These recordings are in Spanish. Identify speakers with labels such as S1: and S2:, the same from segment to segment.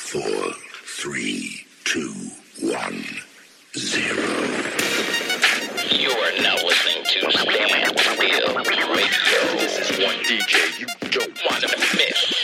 S1: 4, 3, 2, 1, 0.
S2: You are now listening to Stand Still Radio.
S3: This is one DJ you don't want to miss.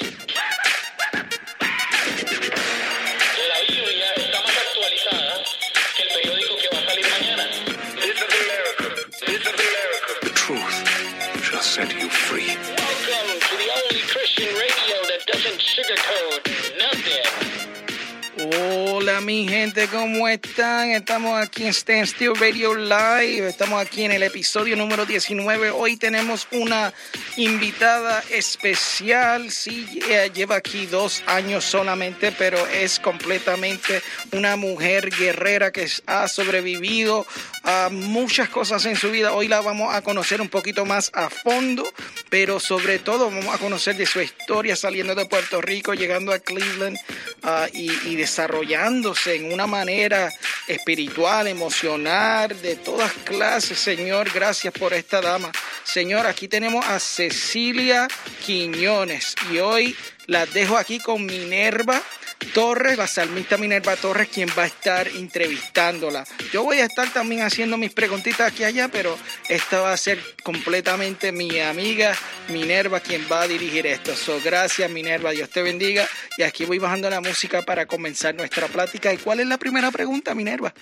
S2: La Biblia está más actualizada que el periódico que va a salir mañana.
S3: This is America. This is America.
S1: The truth shall set you free.
S2: Welcome to the only Christian radio that doesn't sugarcoat nothing.
S4: Hola mi gente, ¿cómo están? Estamos aquí en Stand Still Radio Live, estamos aquí en el episodio número 19. Hoy tenemos una invitada especial, sí, lleva aquí 2 años solamente, pero es completamente una mujer guerrera que ha sobrevivido a muchas cosas en su vida. Hoy la vamos a conocer un poquito más a fondo, pero sobre todo vamos a conocer de su historia saliendo de Puerto Rico, llegando a Cleveland y desarrollándose en una manera espiritual, emocional, de todas clases. Señor, gracias por esta dama. Señor, aquí tenemos a Cecilia Quiñones y hoy la dejo aquí con Minerva Torres, la salmista Minerva Torres, quien va a estar entrevistándola. Yo voy a estar también haciendo mis preguntitas aquí y allá, pero esta va a ser completamente mi amiga Minerva quien va a dirigir esto. Gracias Minerva, Dios te bendiga. Y aquí voy bajando la música para comenzar nuestra plática. ¿Y cuál es la primera pregunta, Minerva?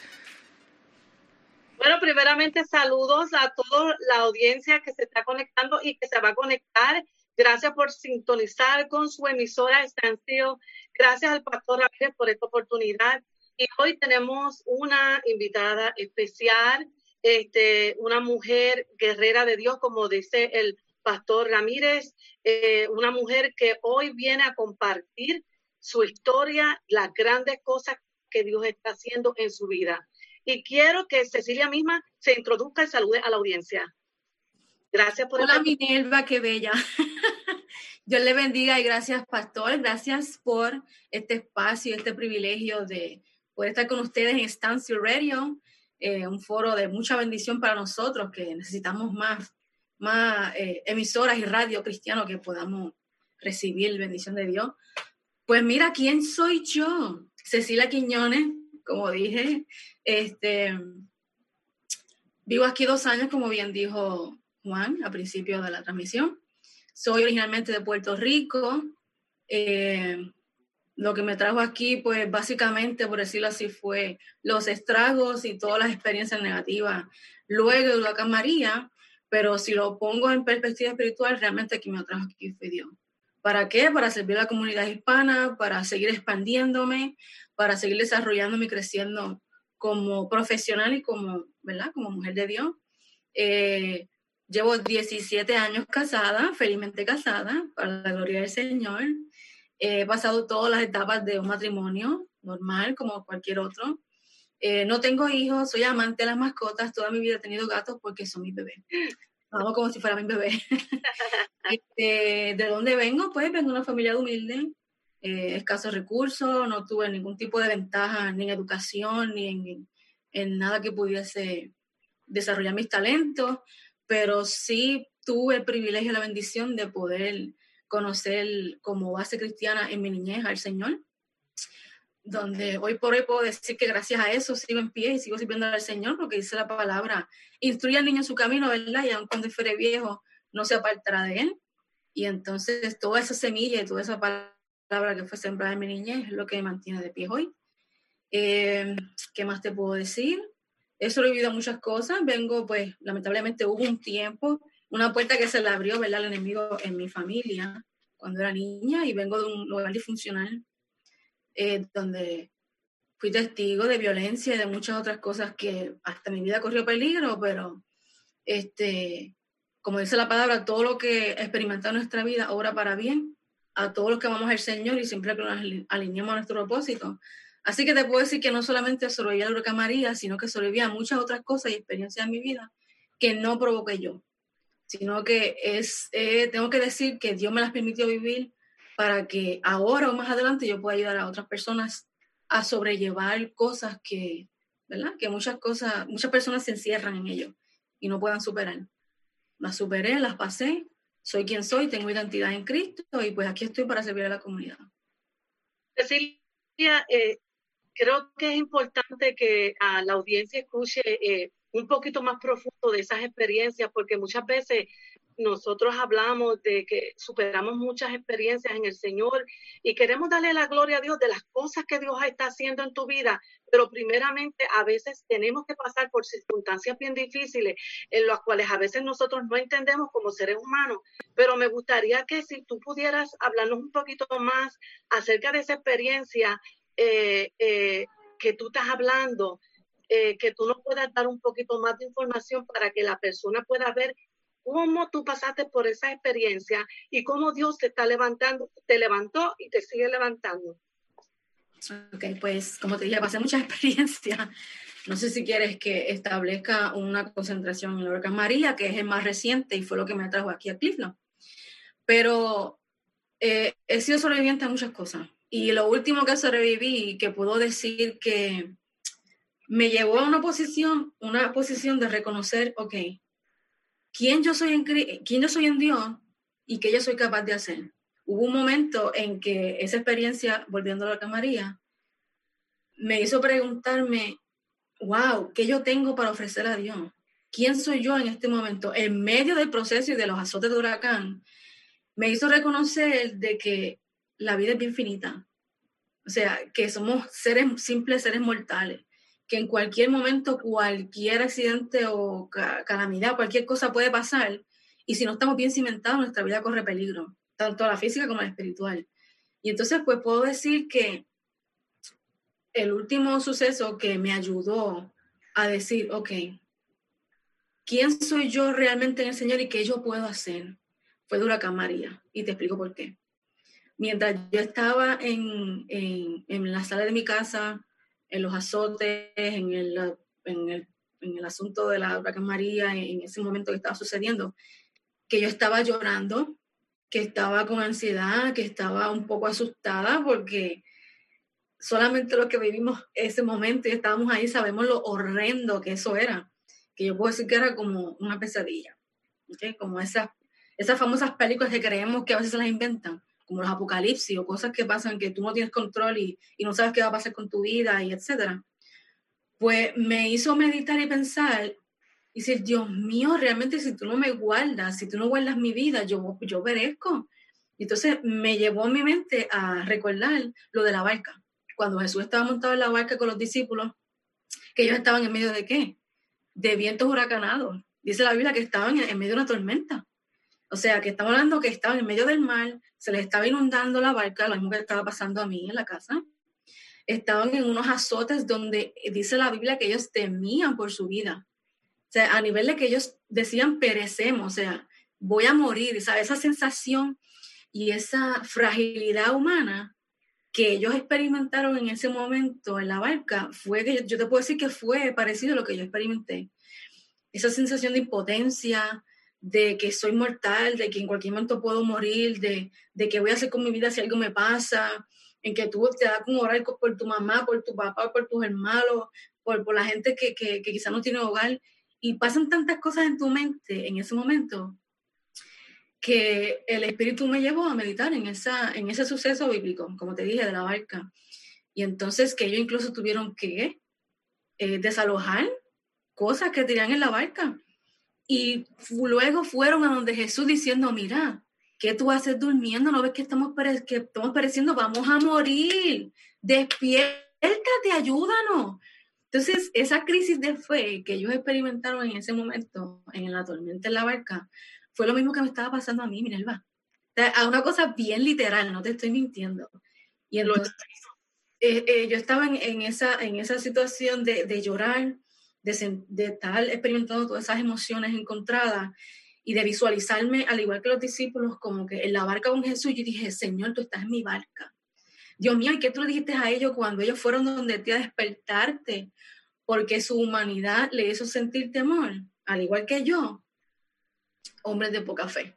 S5: Bueno, primeramente saludos a toda la audiencia que se está conectando y que se va a conectar. Gracias por sintonizar con su emisora Stand Still. Gracias al Pastor Ramírez por esta oportunidad. Y hoy tenemos una invitada especial, una mujer guerrera de Dios, como dice el Pastor Ramírez, una mujer que hoy viene a compartir su historia, las grandes cosas que Dios está haciendo en su vida. Y quiero que Cecilia misma se introduzca y salude a la audiencia. Gracias por
S6: Hola Minerva, qué bella. Dios le bendiga y gracias, pastor. Gracias por este espacio, este privilegio de poder estar con ustedes en Stand Still Radio, un foro de mucha bendición para nosotros que necesitamos más emisoras y radio cristiano que podamos recibir bendición de Dios. Pues mira, ¿quién soy yo? Cecilia Quiñones, como dije. Vivo aquí 2 años, como bien dijo Juan al principio de la transmisión. Soy originalmente de Puerto Rico. Lo que me trajo aquí, pues básicamente, por decirlo así, fue los estragos y todas las experiencias negativas luego del huracán María. Pero si lo pongo en perspectiva espiritual, realmente quien me trajo aquí fue Dios. ¿Para qué? Para servir a la comunidad hispana, para seguir expandiéndome, para seguir desarrollándome y creciendo como profesional y como, ¿verdad? Como mujer de Dios. Llevo 17 años casada, felizmente casada, para la gloria del Señor. He pasado todas las etapas de un matrimonio normal, como cualquier otro. No tengo hijos, soy amante de las mascotas. Toda mi vida he tenido gatos porque son mis bebés. Vamos como si fuera mi bebé. ¿De dónde vengo? Pues vengo de una familia humilde, escasos recursos, no tuve ningún tipo de ventaja ni en educación, ni en nada que pudiese desarrollar mis talentos. Pero sí tuve el privilegio y la bendición de poder conocer como base cristiana en mi niñez al Señor, donde hoy por hoy puedo decir que gracias a eso sigo en pie y sigo sirviendo al Señor, porque dice la palabra, instruye al niño en su camino, ¿verdad? Y aun cuando fuere viejo, no se apartará de él. Y entonces toda esa semilla y toda esa palabra que fue sembrada en mi niñez es lo que me mantiene de pie hoy. ¿Qué más te puedo decir? He sobrevivido a muchas cosas. Vengo, pues, lamentablemente hubo un tiempo, una puerta que se le abrió, ¿verdad?, al enemigo en mi familia cuando era niña, y vengo de un lugar disfuncional donde fui testigo de violencia y de muchas otras cosas que hasta mi vida corrió peligro, pero como dice la palabra, todo lo que experimentamos en nuestra vida obra para bien a todos los que amamos al Señor y siempre que nos alineamos a nuestro propósito. Así que te puedo decir que no solamente sobreviví al huracán María, sino que sobreviví a muchas otras cosas y experiencias en mi vida que no provoqué yo, sino que tengo que decir que Dios me las permitió vivir para que ahora o más adelante yo pueda ayudar a otras personas a sobrellevar cosas que, ¿verdad? Que muchas personas se encierran en ello y no puedan superar. Las superé, las pasé, soy quien soy, tengo identidad en Cristo y pues aquí estoy para servir a la comunidad.
S5: Cecilia, María, creo que es importante que la audiencia escuche un poquito más profundo de esas experiencias, porque muchas veces nosotros hablamos de que superamos muchas experiencias en el Señor y queremos darle la gloria a Dios de las cosas que Dios está haciendo en tu vida, pero primeramente a veces tenemos que pasar por circunstancias bien difíciles en las cuales a veces nosotros no entendemos como seres humanos, pero me gustaría que si tú pudieras hablarnos un poquito más acerca de esa experiencia que tú estás hablando, que tú nos puedas dar un poquito más de información para que la persona pueda ver cómo tú pasaste por esa experiencia y cómo Dios te está levantando, te levantó y te sigue levantando.
S6: Ok, pues como te dije, pasé muchas experiencias. No sé si quieres que establezca una concentración en el huracán María, que es el más reciente y fue lo que me trajo aquí a Cleveland. Pero he sido sobreviviente a muchas cosas. Y lo último que sobreviví, que puedo decir que me llevó a una posición de reconocer, ok, quién yo soy en Dios y qué yo soy capaz de hacer. Hubo un momento en que esa experiencia, volviendo a la María, me hizo preguntarme, wow, ¿qué yo tengo para ofrecer a Dios? ¿Quién soy yo en este momento? En medio del proceso y de los azotes de huracán, me hizo reconocer de que la vida es bien finita. O sea, que somos simples seres mortales, que en cualquier momento, cualquier accidente o calamidad, cualquier cosa puede pasar, y si no estamos bien cimentados, nuestra vida corre peligro, tanto la física como la espiritual. Y entonces, pues puedo decir que el último suceso que me ayudó a decir, ok, ¿quién soy yo realmente en el Señor y qué yo puedo hacer? Fue el huracán María, y te explico por qué. Mientras yo estaba en la sala de mi casa, en los azotes, en el asunto de la huracán María, en ese momento que estaba sucediendo, que yo estaba llorando, que estaba con ansiedad, que estaba un poco asustada porque solamente los que vivimos ese momento y estábamos ahí sabemos lo horrendo que eso era, que yo puedo decir que era como una pesadilla, ¿okay? Como esas famosas películas que creemos que a veces se las inventan, como los apocalipsis o cosas que pasan que tú no tienes control y no sabes qué va a pasar con tu vida y etcétera. Pues me hizo meditar y pensar y decir, Dios mío, realmente si tú no me guardas, si tú no guardas mi vida, yo perezco. Y entonces me llevó mi mente a recordar lo de la barca. Cuando Jesús estaba montado en la barca con los discípulos, que ellos estaban en medio de ¿qué? De vientos huracanados. Dice la Biblia que estaban en medio de una tormenta. O sea, que estamos hablando que estaban en medio del mar, se les estaba inundando la barca, lo mismo que estaba pasando a mí en la casa. Estaban en unos azotes donde dice la Biblia que ellos temían por su vida. O sea, a nivel de que ellos decían, perecemos, o sea, voy a morir. ¿Sabes? Esa sensación y esa fragilidad humana que ellos experimentaron en ese momento en la barca, fue que yo te puedo decir que fue parecido a lo que yo experimenté. Esa sensación de impotencia, de que soy mortal, de que en cualquier momento puedo morir, de qué voy a hacer con mi vida si algo me pasa, en que tú te das con orar por tu mamá, por tu papá, por tus hermanos, por la gente que quizás no tiene hogar, y pasan tantas cosas en tu mente en ese momento que el Espíritu me llevó a meditar en ese suceso bíblico, como te dije, de la barca. Y entonces que ellos incluso tuvieron que desalojar cosas que tenían en la barca. Y luego fueron a donde Jesús diciendo, mira, ¿qué tú haces durmiendo? ¿No ves que estamos pereciendo? Vamos a morir. Despiértate, ayúdanos. Entonces, esa crisis de fe que ellos experimentaron en ese momento, en la tormenta en la barca, fue lo mismo que me estaba pasando a mí, Minerva. O sea, a una cosa bien literal, no te estoy mintiendo. Y entonces, yo estaba en esa situación de llorar, de estar experimentando todas esas emociones encontradas y de visualizarme, al igual que los discípulos, como que en la barca con Jesús. Yo dije, Señor, tú estás en mi barca. Dios mío, ¿y qué tú le dijiste a ellos cuando ellos fueron donde te a despertarte? Porque su humanidad le hizo sentir temor, al igual que yo, hombres de poca fe.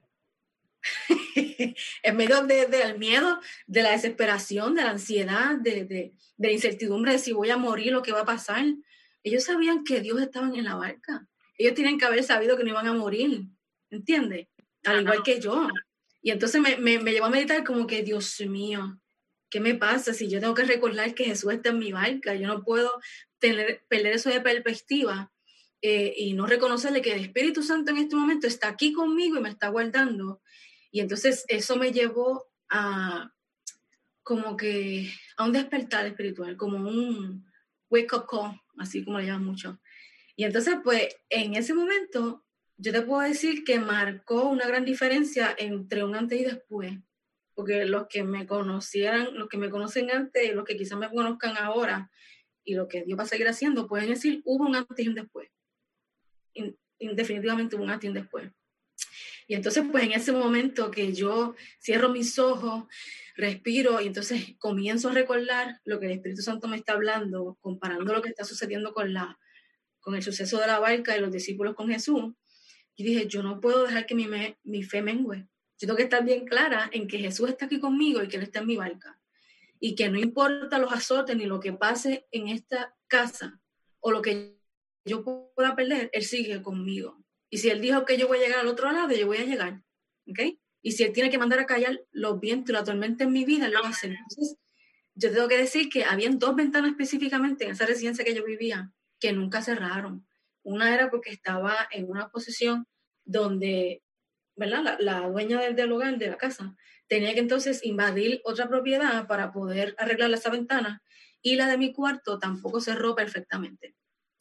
S6: En medio del miedo, de la desesperación, de la ansiedad, de la incertidumbre de si voy a morir o qué va a pasar. Ellos sabían que Dios estaba en la barca. Ellos tienen que haber sabido que no iban a morir, ¿entiendes? Al igual que yo. Y entonces me llevó a meditar como que, Dios mío, ¿qué me pasa? Si yo tengo que recordar que Jesús está en mi barca, yo no puedo perder eso de perspectiva y no reconocerle que el Espíritu Santo en este momento está aquí conmigo y me está guardando. Y entonces eso me llevó a como que a un despertar espiritual, como un wake-up call, así como le llaman mucho. Y entonces, pues, en ese momento, yo te puedo decir que marcó una gran diferencia entre un antes y después. Porque los que me conocieran, los que me conocen antes y los que quizás me conozcan ahora y lo que Dios va a seguir haciendo, pueden decir, hubo un antes y un después. Definitivamente hubo un antes y un después. Y entonces, pues, en ese momento que yo cierro mis ojos, respiro y entonces comienzo a recordar lo que el Espíritu Santo me está hablando, comparando lo que está sucediendo con el suceso de la barca y los discípulos con Jesús, y dije, yo no puedo dejar que mi fe mengue. Yo tengo que estar bien clara en que Jesús está aquí conmigo y que Él está en mi barca. Y que no importa los azotes ni lo que pase en esta casa o lo que yo pueda perder, Él sigue conmigo. Y si Él dijo que yo voy a llegar al otro lado, yo voy a llegar. ¿Ok? Y si Él tiene que mandar a callar los vientos y la tormenta en mi vida, Él lo va a hacer. Entonces, yo tengo que decir que habían 2 ventanas específicamente en esa residencia que yo vivía que nunca cerraron. Una era porque estaba en una posición donde, ¿verdad? La dueña del lugar, de la casa, tenía que entonces invadir otra propiedad para poder arreglar esa ventana, y la de mi cuarto tampoco cerró perfectamente.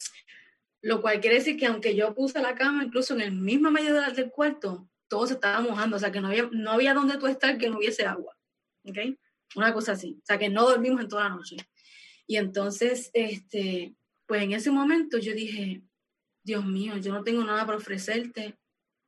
S6: Lo cual quiere decir que aunque yo puse la cama incluso en el mismo medio del cuarto, todo se estaba mojando, o sea que no había donde tú estar que no hubiese agua. ¿Ok? Una cosa así. O sea que no dormimos en toda la noche. Y entonces, pues en ese momento yo dije, Dios mío, yo no tengo nada para ofrecerte.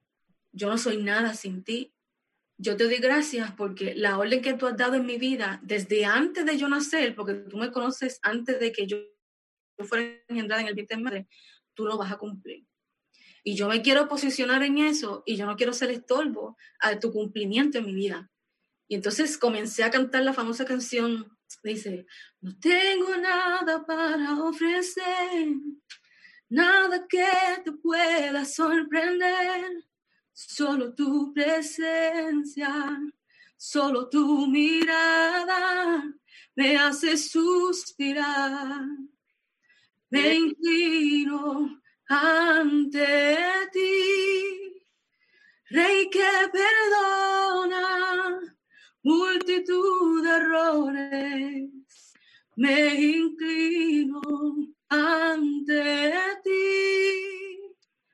S6: Yo no soy nada sin ti. Yo te doy gracias porque la orden que tú has dado en mi vida, desde antes de yo nacer, porque tú me conoces antes de que yo fuera engendrada en el vientre de mi madre, tú lo vas a cumplir. Y yo me quiero posicionar en eso y yo no quiero ser estorbo a tu cumplimiento en mi vida. Y entonces comencé a cantar la famosa canción, dice, no tengo nada para ofrecer, nada que te pueda sorprender, solo tu presencia, solo tu mirada me hace suspirar. Me inclino ante ti, Rey que perdona multitud de errores. Me inclino ante ti,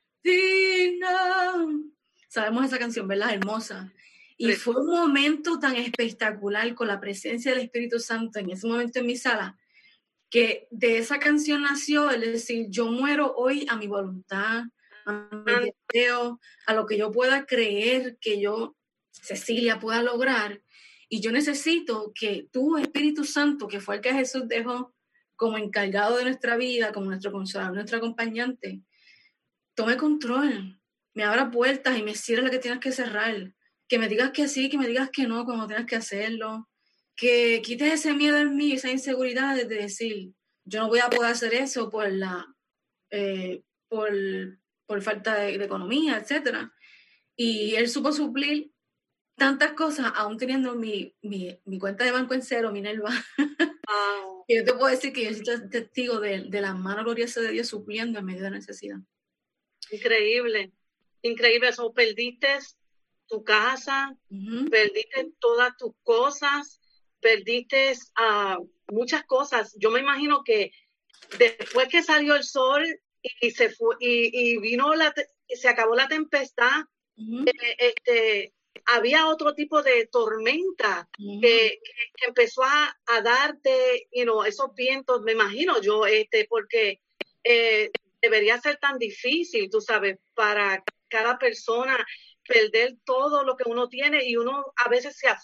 S6: digno. Sabemos esa canción, ¿verdad? Hermosa. Y fue un momento tan espectacular con la presencia del Espíritu Santo en ese momento en mi sala, que de esa canción nació el decir, yo muero hoy a mi voluntad, a mi deseo, a lo que yo pueda creer que yo, Cecilia, pueda lograr. Y yo necesito que tú, Espíritu Santo, que fue el que Jesús dejó como encargado de nuestra vida, como nuestro consolador, nuestro acompañante, tome control, me abra puertas y me cierre lo que tienes que cerrar, que me digas que sí, que me digas que no cuando tienes que hacerlo, que quites ese miedo en mí, esa inseguridad de decir, yo no voy a poder hacer eso por falta de economía, etc. Y Él supo suplir tantas cosas, aún teniendo mi cuenta de banco en cero, Minerva. Wow. Y yo te puedo decir que yo soy testigo de la mano gloriosa de Dios supliendo en medio de necesidad.
S5: Increíble, increíble. Eso, perdiste tu casa, perdiste todas tus cosas, perdiste muchas cosas. Yo me imagino que después que salió el sol y se fue y vino se acabó la tempestad, había otro tipo de tormenta que empezó a darte, esos vientos, me imagino yo, porque debería ser tan difícil, tú sabes, para cada persona perder todo lo que uno tiene, y uno a veces se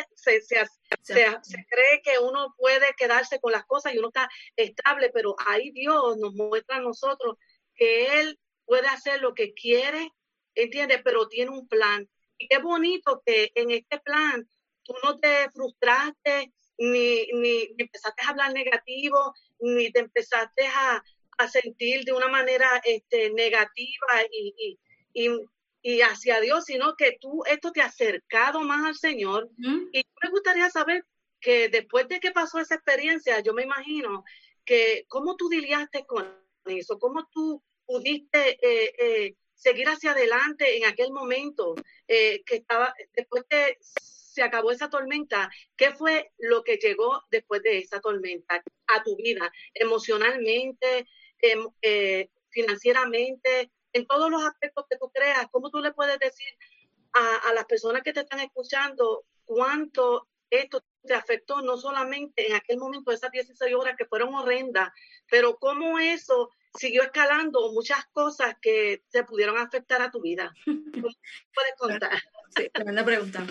S5: cree que uno puede quedarse con las cosas y uno está estable, pero ahí Dios nos muestra a nosotros que Él puede hacer lo que quiere, ¿entiendes? Pero tiene un plan. Y qué bonito que en este plan tú no te frustraste, ni empezaste a hablar negativo, ni te empezaste a sentir de una manera negativa y hacia Dios, sino que esto te ha acercado más al Señor. Y me gustaría saber que después de que pasó esa experiencia, yo me imagino que cómo tú lidiaste con eso, cómo tú pudiste seguir hacia adelante en aquel momento que estaba, después que se acabó esa tormenta, ¿qué fue lo que llegó después de esa tormenta a tu vida, emocionalmente, financieramente, en todos los aspectos que tú creas? ¿Cómo tú le puedes decir a las personas que te están escuchando cuánto esto te afectó, no solamente en aquel momento, esas 16 horas que fueron horrendas, pero cómo eso siguió escalando muchas cosas que se pudieron afectar a tu vida? ¿Cómo puedes contar?
S6: Sí, tremenda pregunta.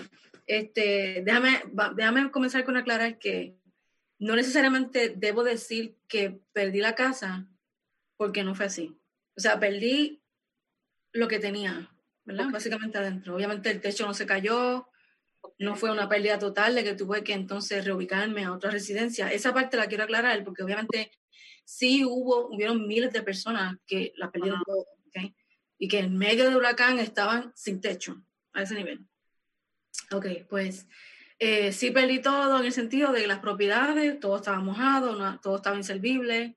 S6: Déjame comenzar con aclarar que no necesariamente debo decir que perdí la casa, porque no fue así. O sea, perdí lo que tenía, ¿verdad? Okay. Básicamente adentro. Obviamente el techo no se cayó, no fue una pérdida total de que tuve que entonces reubicarme a otra residencia. Esa parte la quiero aclarar porque obviamente sí hubieron miles de personas que la perdieron todo, ¿okay? Y que en medio del huracán estaban sin techo, a ese nivel. Ok, pues sí perdí todo en el sentido de las propiedades, todo estaba mojado, todo estaba inservible.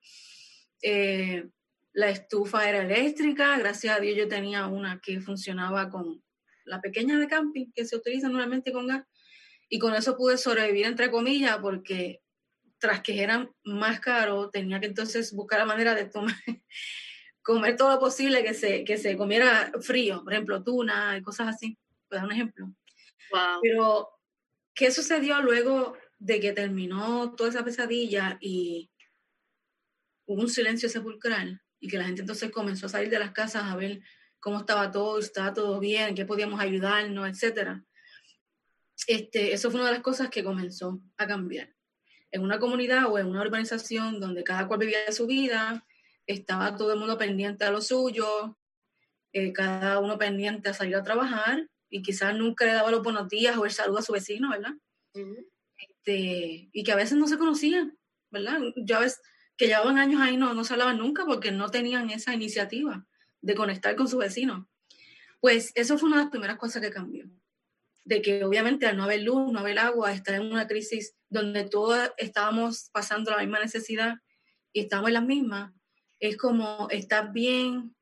S6: La estufa era eléctrica, gracias a Dios yo tenía una que funcionaba con la pequeña de camping que se utiliza normalmente con gas, y con eso pude sobrevivir entre comillas, porque tras que eran más caros tenía que entonces buscar la manera de comer todo lo posible que se comiera frío, por ejemplo tuna y cosas así, por dar un ejemplo.
S5: Wow.
S6: Pero ¿qué sucedió luego de que terminó toda esa pesadilla y hubo un silencio sepulcral y que la gente entonces comenzó a salir de las casas a ver cómo estaba todo, si estaba todo bien, qué podíamos ayudarnos, etcétera? Eso fue una de las cosas que comenzó a cambiar. En una comunidad o en una urbanización donde cada cual vivía su vida, estaba todo el mundo pendiente a lo suyo, cada uno pendiente a salir a trabajar, y quizás nunca le daba los buenos días o el saludo a su vecino, ¿verdad? Uh-huh. Y que a veces no se conocían, ¿verdad? Ya ves que llevaban años ahí, no se hablaban nunca porque no tenían esa iniciativa de conectar con sus vecinos. Pues eso fue una de las primeras cosas que cambió. De que obviamente al no haber luz, no haber agua, estar en una crisis donde todos estábamos pasando la misma necesidad y estábamos en las mismas, es como, estás bien.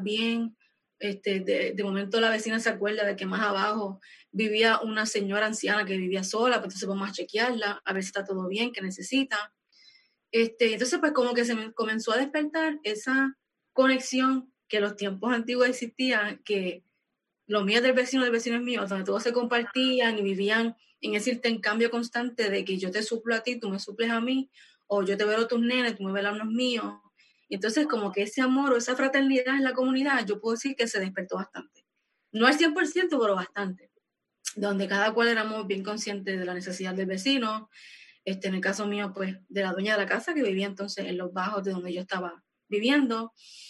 S6: De momento la vecina se acuerda de que más abajo vivía una señora anciana que vivía sola, pues entonces vamos a chequearla, a ver si está todo bien, qué necesita. Entonces pues como que se me comenzó a despertar esa conexión que en los tiempos antiguos existía, que lo mío del vecino es mío, donde todos se compartían y vivían en ese intercambio constante de que yo te suplo a ti, tú me suples a mí, o yo te velo a tus nenes, tú me velas a los míos. Y entonces como que ese amor o esa fraternidad en la comunidad, yo puedo decir que se despertó bastante. No al 100%, pero bastante. Donde cada cual éramos bien conscientes de la necesidad del vecino. En el caso mío, pues, de la dueña de la casa, que vivía entonces en los bajos de donde yo estaba viviendo.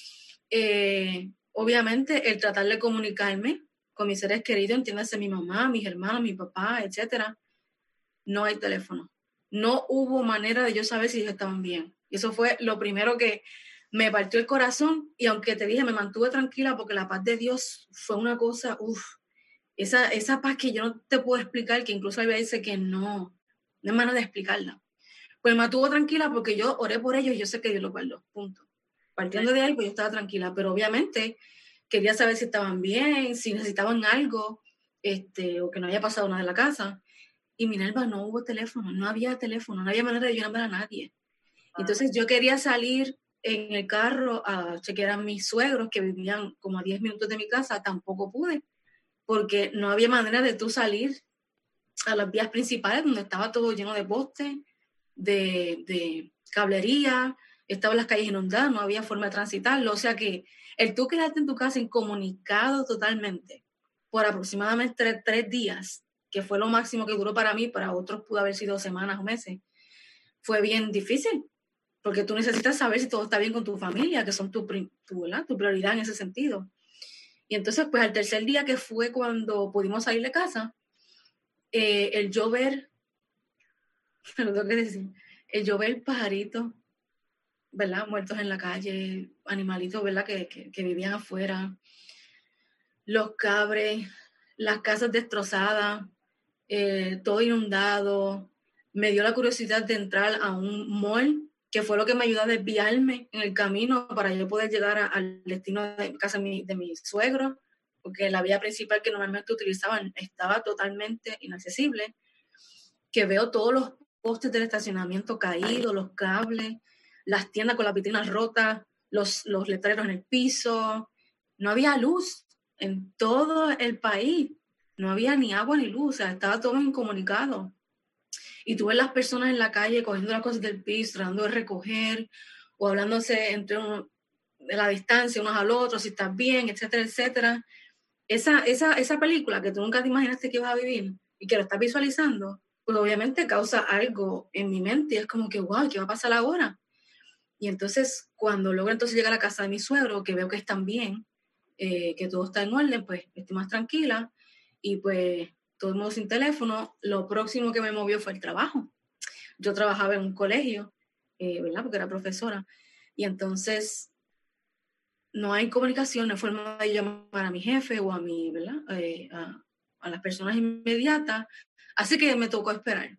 S6: Obviamente, el tratar de comunicarme con mis seres queridos, entiéndase mi mamá, mis hermanos, mi papá, etcétera. No hay teléfono. No hubo manera de yo saber si ellos estaban bien. Y eso fue lo primero que me partió el corazón, y aunque te dije, me mantuve tranquila porque la paz de Dios fue una cosa, esa paz que yo no te puedo explicar, que incluso había dice que no hay manera de explicarla. Pues me mantuvo tranquila porque yo oré por ellos y yo sé que Dios los guardó, punto. Partiendo de ahí, pues yo estaba tranquila, pero obviamente quería saber si estaban bien, si necesitaban algo, o que no había pasado nada en la casa. Y Minerva, no hubo teléfono, no había manera de yo llamar a nadie. Entonces yo quería salir en el carro a chequear a mis suegros que vivían como a 10 minutos de mi casa, tampoco pude, porque no había manera de tú salir a las vías principales donde estaba todo lleno de postes, de cablería, estaban las calles inundadas, no había forma de transitarlo. O sea que el tú quedarte en tu casa incomunicado totalmente por aproximadamente 3 días, que fue lo máximo que duró para mí, para otros pudo haber sido semanas o meses, fue bien difícil, porque tú necesitas saber si todo está bien con tu familia, que son tu prioridad en ese sentido. Y entonces, pues al tercer día, que fue cuando pudimos salir de casa, el yo ver, lo tengo que decir, el yo ver pajaritos, ¿verdad? Muertos en la calle, animalitos, ¿verdad? Que vivían afuera, los cabres, las casas destrozadas, todo inundado, me dio la curiosidad de entrar a un mall, que fue lo que me ayudó a desviarme en el camino para yo poder llegar al destino de casa de mi suegro, porque la vía principal que normalmente utilizaban estaba totalmente inaccesible, que veo todos los postes del estacionamiento caídos, los cables, las tiendas con las vitrinas rotas, los letreros en el piso. No había luz en todo el país, no había ni agua ni luz, o sea, estaba todo incomunicado. Y tú ves las personas en la calle cogiendo las cosas del piso, tratando de recoger, o hablándose de la distancia unos al otro, si estás bien, etcétera, etcétera. Esa película que tú nunca te imaginaste que ibas a vivir y que lo estás visualizando, pues obviamente causa algo en mi mente y es como que, wow, ¿qué va a pasar ahora? Y entonces, cuando logro entonces llegar a la casa de mi suegro, que veo que están bien, que todo está en orden, pues estoy más tranquila y pues todo el mundo sin teléfono. Lo próximo que me movió fue el trabajo. Yo trabajaba en un colegio, ¿verdad? Porque era profesora. Y entonces no hay comunicación, no hay forma de llamar a mi jefe o a mi, ¿verdad? A las personas inmediatas. Así que me tocó esperar.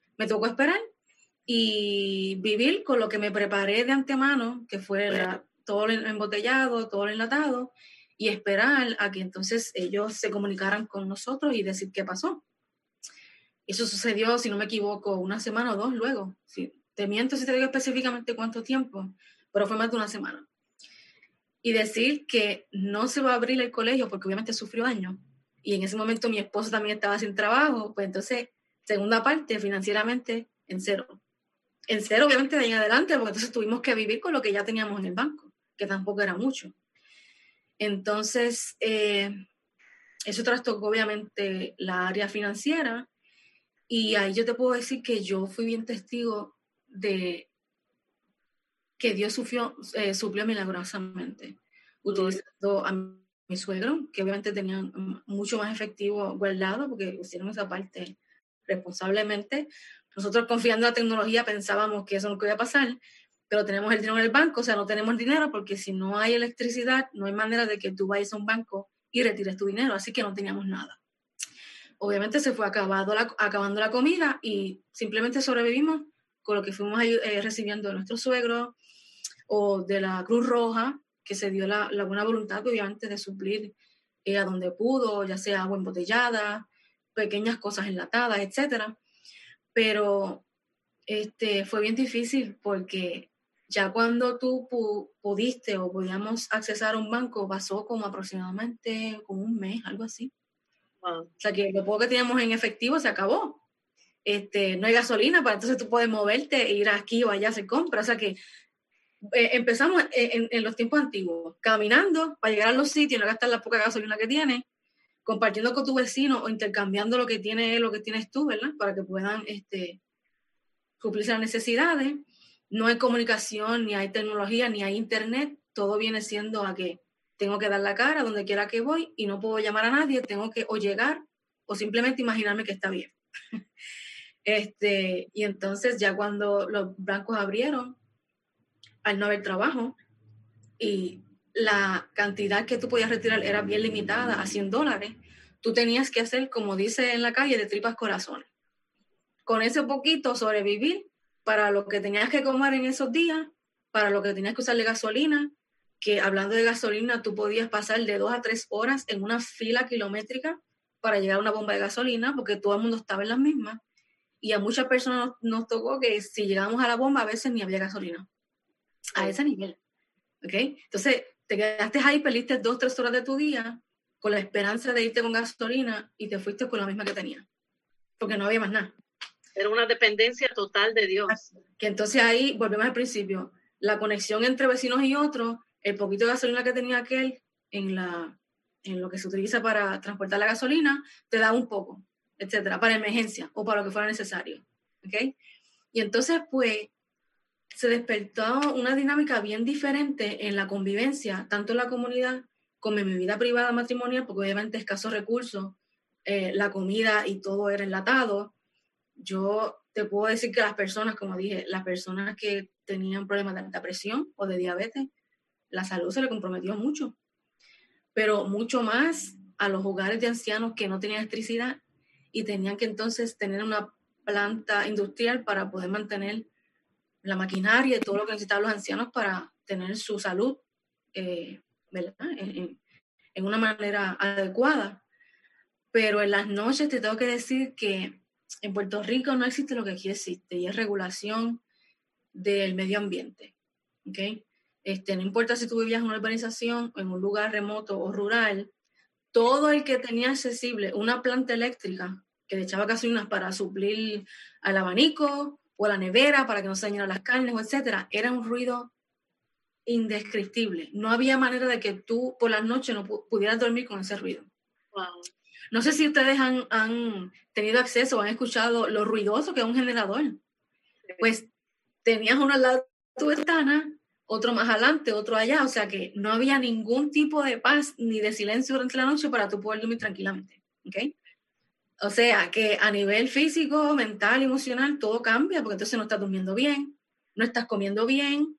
S6: Y vivir con lo que me preparé de antemano, que fue todo embotellado, todo enlatado, y esperar a que entonces ellos se comunicaran con nosotros y decir qué pasó. Eso sucedió, si no me equivoco, 1 semana o 2 luego. Sí, te miento si te digo específicamente cuánto tiempo, pero fue más de 1 semana. Y decir que no se va a abrir el colegio porque obviamente sufrió daño. Y en ese momento mi esposo también estaba sin trabajo, pues entonces, segunda parte, financieramente, en cero. En cero, obviamente, de ahí en adelante, porque entonces tuvimos que vivir con lo que ya teníamos en el banco, que tampoco era mucho. Entonces, eso trastocó obviamente la área financiera y ahí yo te puedo decir que yo fui bien testigo de que Dios suplió milagrosamente, utilizando a mi suegro, que obviamente tenían mucho más efectivo guardado porque hicieron esa parte responsablemente. Nosotros, confiando en la tecnología, pensábamos que eso no podía pasar, pero tenemos el dinero en el banco, o sea, no tenemos dinero porque si no hay electricidad, no hay manera de que tú vayas a un banco y retires tu dinero, así que no teníamos nada. Obviamente se fue acabando la comida y simplemente sobrevivimos con lo que fuimos recibiendo de nuestro suegro o de la Cruz Roja, que se dio la buena voluntad, obviamente, de suplir a donde pudo, ya sea agua embotellada, pequeñas cosas enlatadas, etcétera. Pero fue bien difícil porque ya cuando tú pudiste o podíamos accesar a un banco, pasó como aproximadamente como 1 mes, algo así. Wow. O sea que lo poco que teníamos en efectivo se acabó. No hay gasolina para entonces tú puedes moverte e ir aquí o allá a hacer compras. O sea que empezamos en los tiempos antiguos, caminando para llegar a los sitios, no gastar la poca gasolina que tienes, compartiendo con tu vecino o intercambiando lo que tiene él, lo que tienes tú, ¿verdad? Para que puedan cumplirse las necesidades. No hay comunicación, ni hay tecnología, ni hay internet. Todo viene siendo a que tengo que dar la cara donde quiera que voy y no puedo llamar a nadie, tengo que o llegar o simplemente imaginarme que está bien. Y entonces ya cuando los bancos abrieron, al no haber trabajo y la cantidad que tú podías retirar era bien limitada a $100, tú tenías que hacer, como dice en la calle, de tripas corazones. Con ese poquito sobrevivir para lo que tenías que comer en esos días, para lo que tenías que usar de gasolina, que hablando de gasolina, tú podías pasar de 2 a 3 horas en una fila kilométrica para llegar a una bomba de gasolina, porque todo el mundo estaba en las mismas. Y a muchas personas nos tocó que si llegábamos a la bomba, a veces ni había gasolina. A ese nivel. ¿Ok? Entonces, te quedaste ahí, perdiste 2 o 3 horas de tu día con la esperanza de irte con gasolina y te fuiste con la misma que tenías. Porque no había más nada.
S5: Era una dependencia total de Dios.
S6: Que entonces ahí, volvemos al principio, la conexión entre vecinos y otros, el poquito de gasolina que tenía aquel en lo que se utiliza para transportar la gasolina, te da un poco, etcétera, para emergencia o para lo que fuera necesario. ¿Ok? Y entonces, pues, se despertó una dinámica bien diferente en la convivencia, tanto en la comunidad como en mi vida privada matrimonial, porque obviamente escasos recursos, la comida y todo era enlatado. Yo te puedo decir que las personas, como dije, las personas que tenían problemas de alta presión o de diabetes, la salud se le comprometió mucho, pero mucho más a los hogares de ancianos que no tenían electricidad y tenían que entonces tener una planta industrial para poder mantener la maquinaria y todo lo que necesitaban los ancianos para tener su salud, ¿verdad? En una manera adecuada. Pero en las noches te tengo que decir que en Puerto Rico no existe lo que aquí existe, y es regulación del medio ambiente. ¿Okay? No importa si tú vivías en una urbanización, en un lugar remoto o rural, todo el que tenía accesible una planta eléctrica que le echaba gasolina para suplir al abanico o a la nevera para que no se dañaran las carnes, etcétera, era un ruido indescriptible. No había manera de que tú por las noches no pudieras dormir con ese ruido.
S5: Wow.
S6: No sé si ustedes han tenido acceso o han escuchado lo ruidoso que es un generador. Pues tenías uno al lado de tu ventana, otro más adelante, otro allá, o sea que no había ningún tipo de paz ni de silencio durante la noche para tú poder dormir tranquilamente. ¿Okay? O sea que a nivel físico, mental, emocional, todo cambia, porque entonces no estás durmiendo bien, no estás comiendo bien,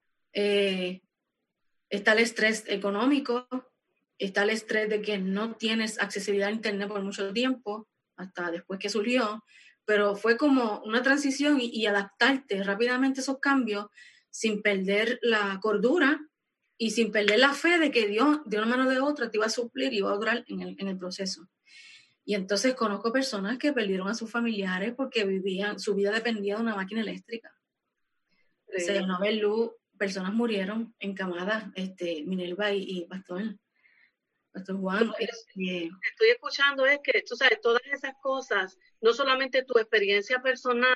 S6: está el estrés económico, está el estrés de que no tienes accesibilidad a internet por mucho tiempo, hasta después que surgió, pero fue como una transición y adaptarte rápidamente a esos cambios sin perder la cordura y sin perder la fe de que Dios, de una mano o de otra, te iba a suplir y iba a durar en el proceso. Y entonces conozco personas que perdieron a sus familiares porque su vida dependía de una máquina eléctrica. Se llenó de luz, personas murieron encamadas, Minerva y Pastor Juan.
S5: Lo que estoy escuchando es que, tú sabes, todas esas cosas, no solamente tu experiencia personal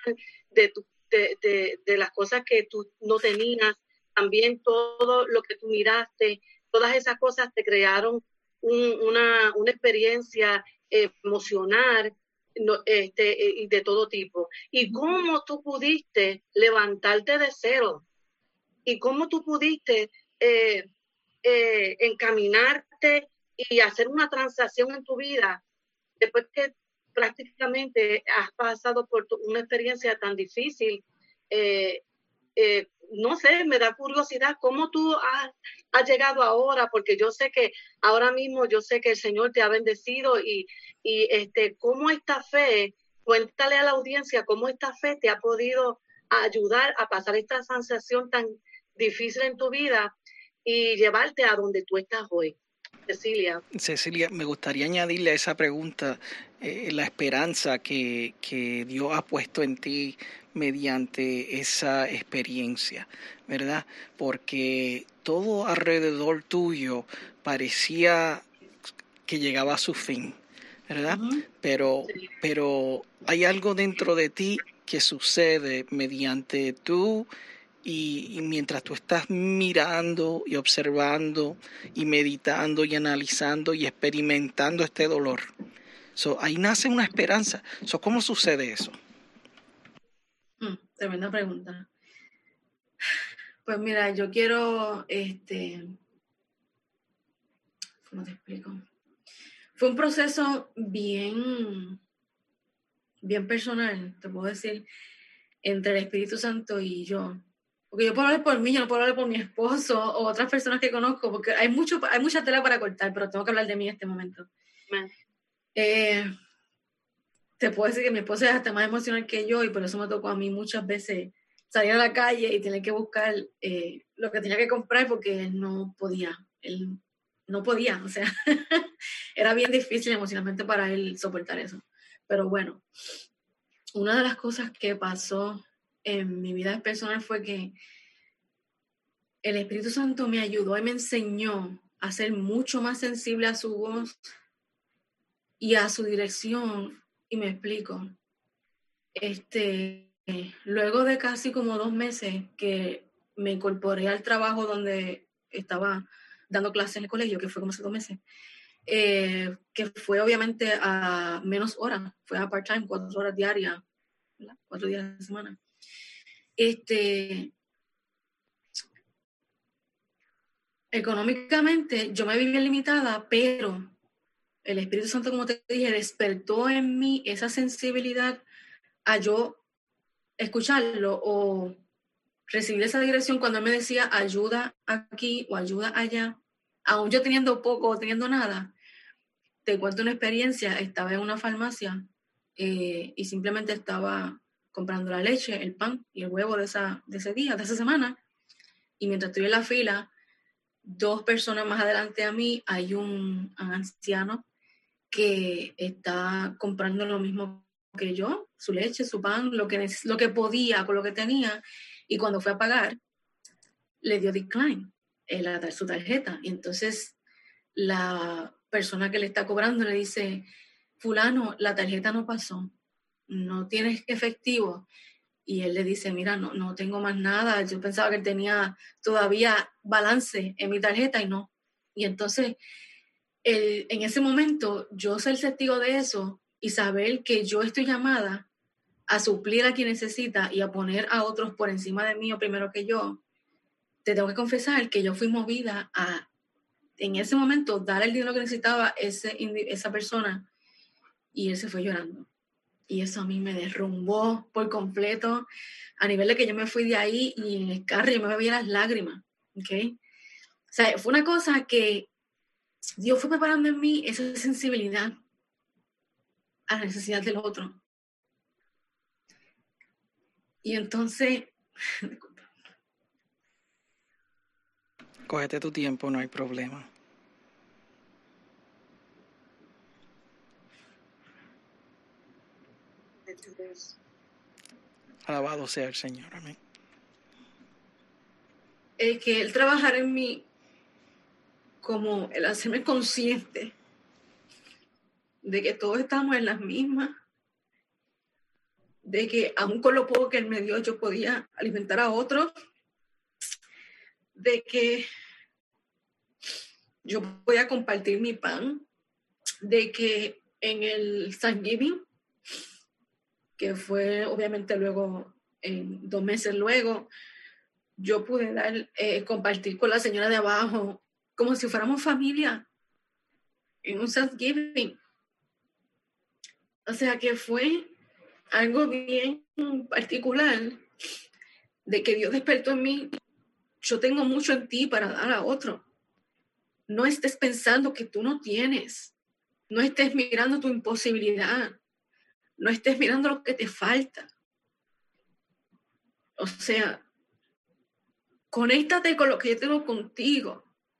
S5: de las cosas que tú no tenías, también todo lo que tú miraste, todas esas cosas te crearon una experiencia emocional y de todo tipo. Y cómo tú pudiste levantarte de cero y cómo tú pudiste encaminarte y hacer una transacción en tu vida después que prácticamente has pasado por una experiencia tan difícil. No sé, me da curiosidad cómo tú has llegado ahora, porque yo sé que ahora mismo yo sé que el Señor te ha bendecido y cómo esta fe, cuéntale a la audiencia cómo esta fe te ha podido ayudar a pasar esta sensación tan difícil en tu vida y llevarte a donde tú estás hoy.
S4: Cecilia, me gustaría añadirle a esa pregunta la esperanza que Dios ha puesto en ti mediante esa experiencia, ¿verdad? Porque todo alrededor tuyo parecía que llegaba a su fin, ¿verdad? Uh-huh. Pero hay algo dentro de ti que sucede mediante tú y mientras tú estás mirando y observando y meditando y analizando y experimentando este dolor. Ahí nace una esperanza. ¿Cómo sucede eso?
S6: Tremenda pregunta. Pues mira, yo quiero, ¿cómo te explico? Fue un proceso bien personal, te puedo decir, entre el Espíritu Santo y yo. Porque yo puedo hablar por mí, yo no puedo hablar por mi esposo o otras personas que conozco, porque hay mucha tela para cortar, pero tengo que hablar de mí en este momento. Te puedo decir que mi esposo es hasta más emocional que yo y por eso me tocó a mí muchas veces salir a la calle y tener que buscar lo que tenía que comprar porque él no podía, o sea, era bien difícil emocionalmente para él soportar eso. Pero bueno, una de las cosas que pasó en mi vida personal fue que el Espíritu Santo me ayudó y me enseñó a ser mucho más sensible a su voz y a su dirección. Y me explico. Luego de casi como 2 meses que me incorporé al trabajo donde estaba dando clases en el colegio, que fue como hace 2 meses, que fue obviamente a menos horas, fue a part-time, 4 horas diarias, ¿verdad? 4 días a la semana. Económicamente yo me vivía limitada, pero el Espíritu Santo, como te dije, despertó en mí esa sensibilidad a yo escucharlo o recibir esa dirección cuando él me decía ayuda aquí o ayuda allá, aún yo teniendo poco o teniendo nada. Te cuento una experiencia, estaba en una farmacia y simplemente estaba comprando la leche, el pan y el huevo de ese día, de esa semana. Y mientras estoy en la fila, 2 personas más adelante a mí, hay un anciano que está comprando lo mismo que yo, su leche, su pan, lo que podía con lo que tenía. Y cuando fue a pagar, le dio decline su tarjeta. Y entonces la persona que le está cobrando le dice, fulano, la tarjeta no pasó, no tienes efectivo. Y él le dice, mira, no tengo más nada. Yo pensaba que tenía todavía balance en mi tarjeta y no. Y entonces, en ese momento, yo ser testigo de eso y saber que yo estoy llamada a suplir a quien necesita y a poner a otros por encima de mí o primero que yo, te tengo que confesar que yo fui movida a, en ese momento, dar el dinero que necesitaba esa persona, y él se fue llorando. Y eso a mí me derrumbó por completo, a nivel de que yo me fui de ahí y en el carro yo me veía las lágrimas, ¿ok? O sea, fue una cosa que Dios fue preparando en mí esa sensibilidad a la necesidad del otro. Y entonces,
S4: Cógete tu tiempo, no hay problema. Alabado sea el Señor, amén.
S6: que Él trabajara en mí como el hacerme consciente de que todos estamos en las mismas, de que aún con lo poco que Él me dio yo podía alimentar a otros, de que yo podía compartir mi pan, de que en el Thanksgiving, que fue obviamente luego, 2 meses luego, yo pude compartir con la señora de abajo como si fuéramos familia en un Thanksgiving. O sea que fue algo bien particular de que Dios despertó en mí. Yo tengo mucho en ti para dar a otro. No estés pensando que tú no tienes. No estés mirando tu imposibilidad. No estés mirando lo que te falta. O sea, conéctate con lo que yo tengo contigo.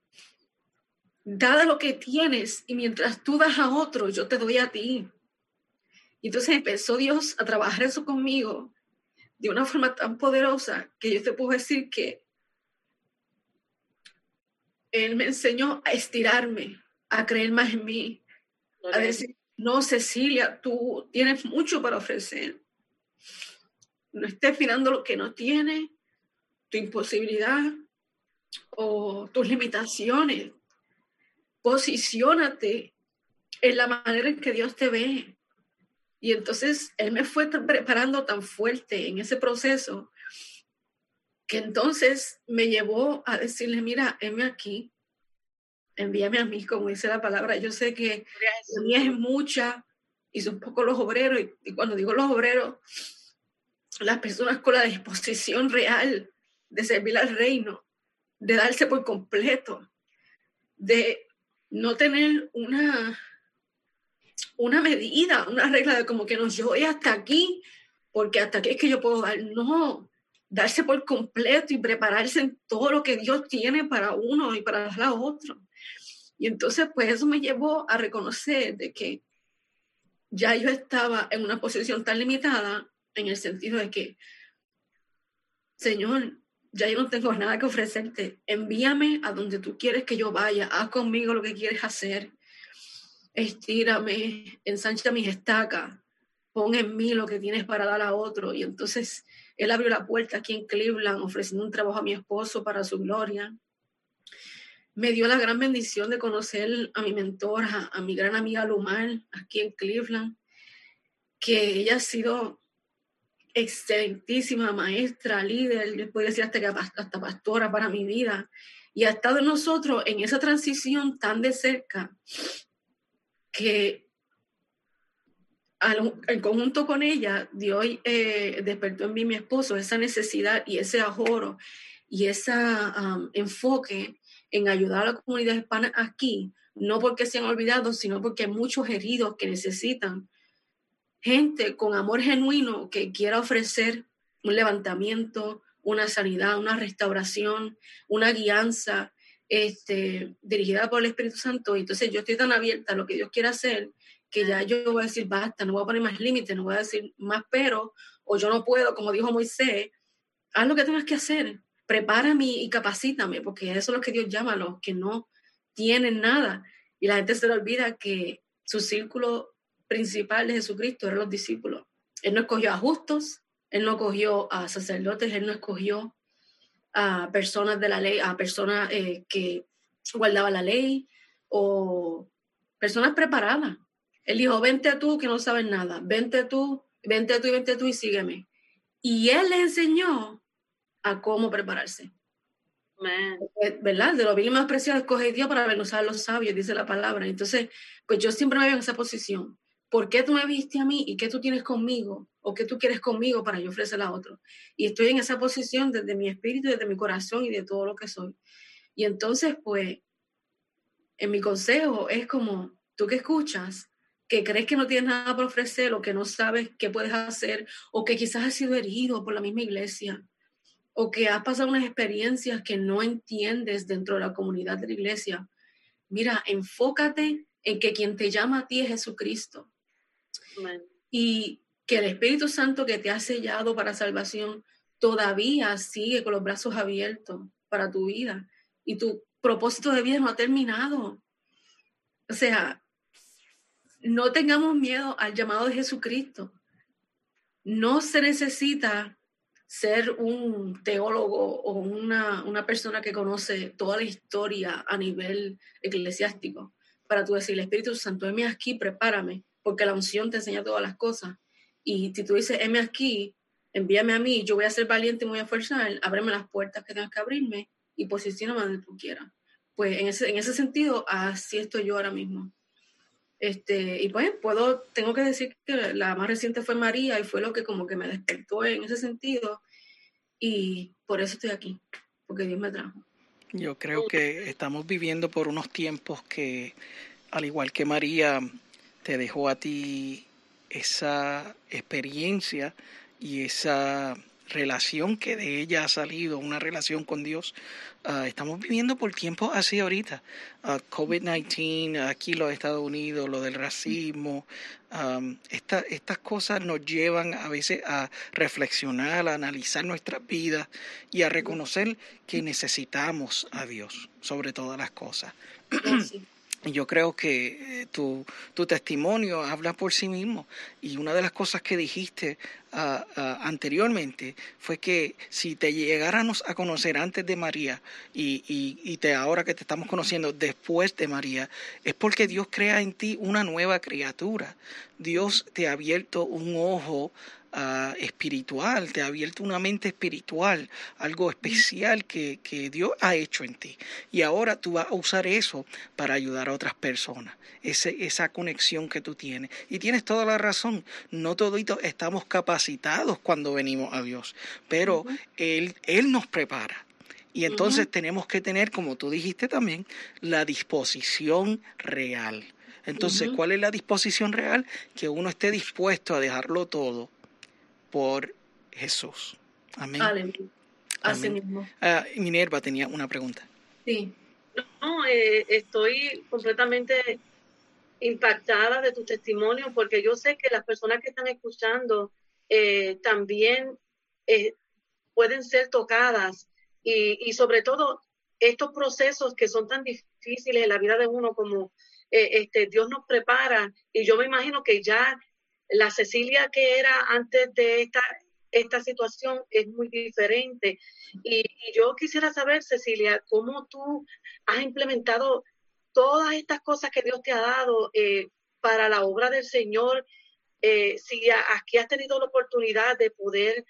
S6: Da de lo que tienes y mientras tú das a otro, yo te doy a ti. Y entonces empezó Dios a trabajar eso conmigo de una forma tan poderosa que yo te puedo decir que Él me enseñó a estirarme, a creer más en mí, a decir, no, Cecilia, tú tienes mucho para ofrecer. No estés mirando lo que no tienes, tu imposibilidad o tus limitaciones. Posiciónate en la manera en que Dios te ve. Y entonces Él me fue preparando tan fuerte en ese proceso que entonces me llevó a decirle, mira, heme aquí, envíame a mí, como dice la palabra. Yo sé que la mía es mucha y son pocos los obreros, y cuando digo los obreros, las personas con la disposición real de servir al reino, de darse por completo, de no tener una medida, una regla de como que no, yo voy hasta aquí, porque hasta aquí es que yo puedo dar. No, darse por completo y prepararse en todo lo que Dios tiene para uno y para dar a otro. Y entonces, pues eso me llevó a reconocer de que ya yo estaba en una posición tan limitada, en el sentido de que, Señor, ya yo no tengo nada que ofrecerte. Envíame a donde tú quieres que yo vaya. Haz conmigo lo que quieres hacer. Estírame, ensancha mis estacas. Pon en mí lo que tienes para dar a otro. Y entonces Él abrió la puerta aquí en Cleveland, ofreciendo un trabajo a mi esposo para su gloria. Me dio la gran bendición de conocer a mi mentora, a mi gran amiga Lumar, aquí en Cleveland, que ella ha sido excelentísima maestra, líder, les puedo decir hasta pastora para mi vida, y ha estado en nosotros en esa transición tan de cerca que en conjunto con ella, Dios despertó en mí, mi esposo, esa necesidad y ese ahorro y ese enfoque en ayudar a la comunidad hispana aquí, no porque se han olvidado, sino porque hay muchos heridos que necesitan gente con amor genuino que quiera ofrecer un levantamiento, una sanidad, una restauración, una guianza dirigida por el Espíritu Santo. Y entonces yo estoy tan abierta a lo que Dios quiere hacer que ya yo voy a decir basta, no voy a poner más límites, no voy a decir más pero, o yo no puedo, como dijo Moisés. Haz lo que tengas que hacer, prepárame y capacítame, porque eso es lo que Dios llama a los que no tienen nada. Y la gente se le olvida que su círculo principal de Jesucristo eran los discípulos. Él no escogió a justos, Él no escogió a sacerdotes, Él no escogió a personas de la ley, a personas que guardaban la ley o personas preparadas. Él dijo, vente tú que no sabes nada, vente tú y sígueme. Y Él les enseñó a cómo prepararse.
S5: Man.
S6: ¿Verdad? De lo vil y más preciado escoge Dios para avergonzar a los sabios, dice la palabra. Entonces, pues yo siempre me veo en esa posición. ¿Por qué tú me viste a mí y qué tú tienes conmigo? ¿O qué tú quieres conmigo para yo ofrecerle a otro? Y estoy en esa posición desde mi espíritu, desde mi corazón y de todo lo que soy. Y entonces, pues, en mi consejo es como, tú que escuchas, que crees que no tienes nada para ofrecer o que no sabes qué puedes hacer o que quizás has sido herido por la misma iglesia o que has pasado unas experiencias que no entiendes dentro de la comunidad de la iglesia. Mira, enfócate en que quien te llama a ti es Jesucristo.
S5: Man.
S6: Y que el Espíritu Santo que te ha sellado para salvación todavía sigue con los brazos abiertos para tu vida. Y tu propósito de vida no ha terminado. O sea, no tengamos miedo al llamado de Jesucristo. No se necesita ser un teólogo o una persona que conoce toda la historia a nivel eclesiástico para tú decirle, Espíritu Santo, heme aquí, prepárame, porque la unción te enseña todas las cosas. Y si tú dices, heme aquí, envíame a mí, yo voy a ser valiente y me voy a esforzar, ábreme las puertas que tengas que abrirme y posicióname donde tú quieras. Pues en ese sentido, así estoy yo ahora mismo. Y pues tengo que decir que la más reciente fue María y fue lo que como que me despertó en ese sentido y por eso estoy aquí, porque Dios me trajo.
S4: Yo creo que estamos viviendo por unos tiempos que, al igual que María, te dejó a ti esa experiencia y esa relación que de ella ha salido, una relación con Dios. Estamos viviendo por tiempos así ahorita. COVID-19, aquí en los Estados Unidos, lo del racismo. Estas cosas nos llevan a veces a reflexionar, a analizar nuestras vidas y a reconocer que necesitamos a Dios sobre todas las cosas.
S6: Sí.
S4: Yo creo que tu testimonio habla por sí mismo. Y una de las cosas que dijiste anteriormente fue que si te llegáramos a conocer antes de María y ahora que te estamos conociendo después de María, es porque Dios crea en ti una nueva criatura. Dios te ha abierto un ojo espiritual, te ha abierto una mente espiritual, algo especial que Dios ha hecho en ti. Y ahora tú vas a usar eso para ayudar a otras personas, esa conexión que tú tienes. Y tienes toda la razón, no toditos estamos capacitados cuando venimos a Dios, pero Él nos prepara. Y entonces tenemos que tener, como tú dijiste también, la disposición real. Entonces, ¿cuál es la disposición real? Que uno esté dispuesto a dejarlo todo por Jesús. Amén.
S6: Aleluya. Así
S4: Amén.
S6: mismo.
S4: Minerva tenía una pregunta.
S6: Sí.
S5: No, estoy completamente impactada de tu testimonio porque yo sé que las personas que están escuchando también pueden ser tocadas y sobre todo estos procesos que son tan difíciles en la vida de uno como Dios nos prepara y yo me imagino que ya la Cecilia que era antes de esta situación es muy diferente y yo quisiera saber, Cecilia, cómo tú has implementado todas estas cosas que Dios te ha dado para la obra del Señor, si aquí has tenido la oportunidad de poder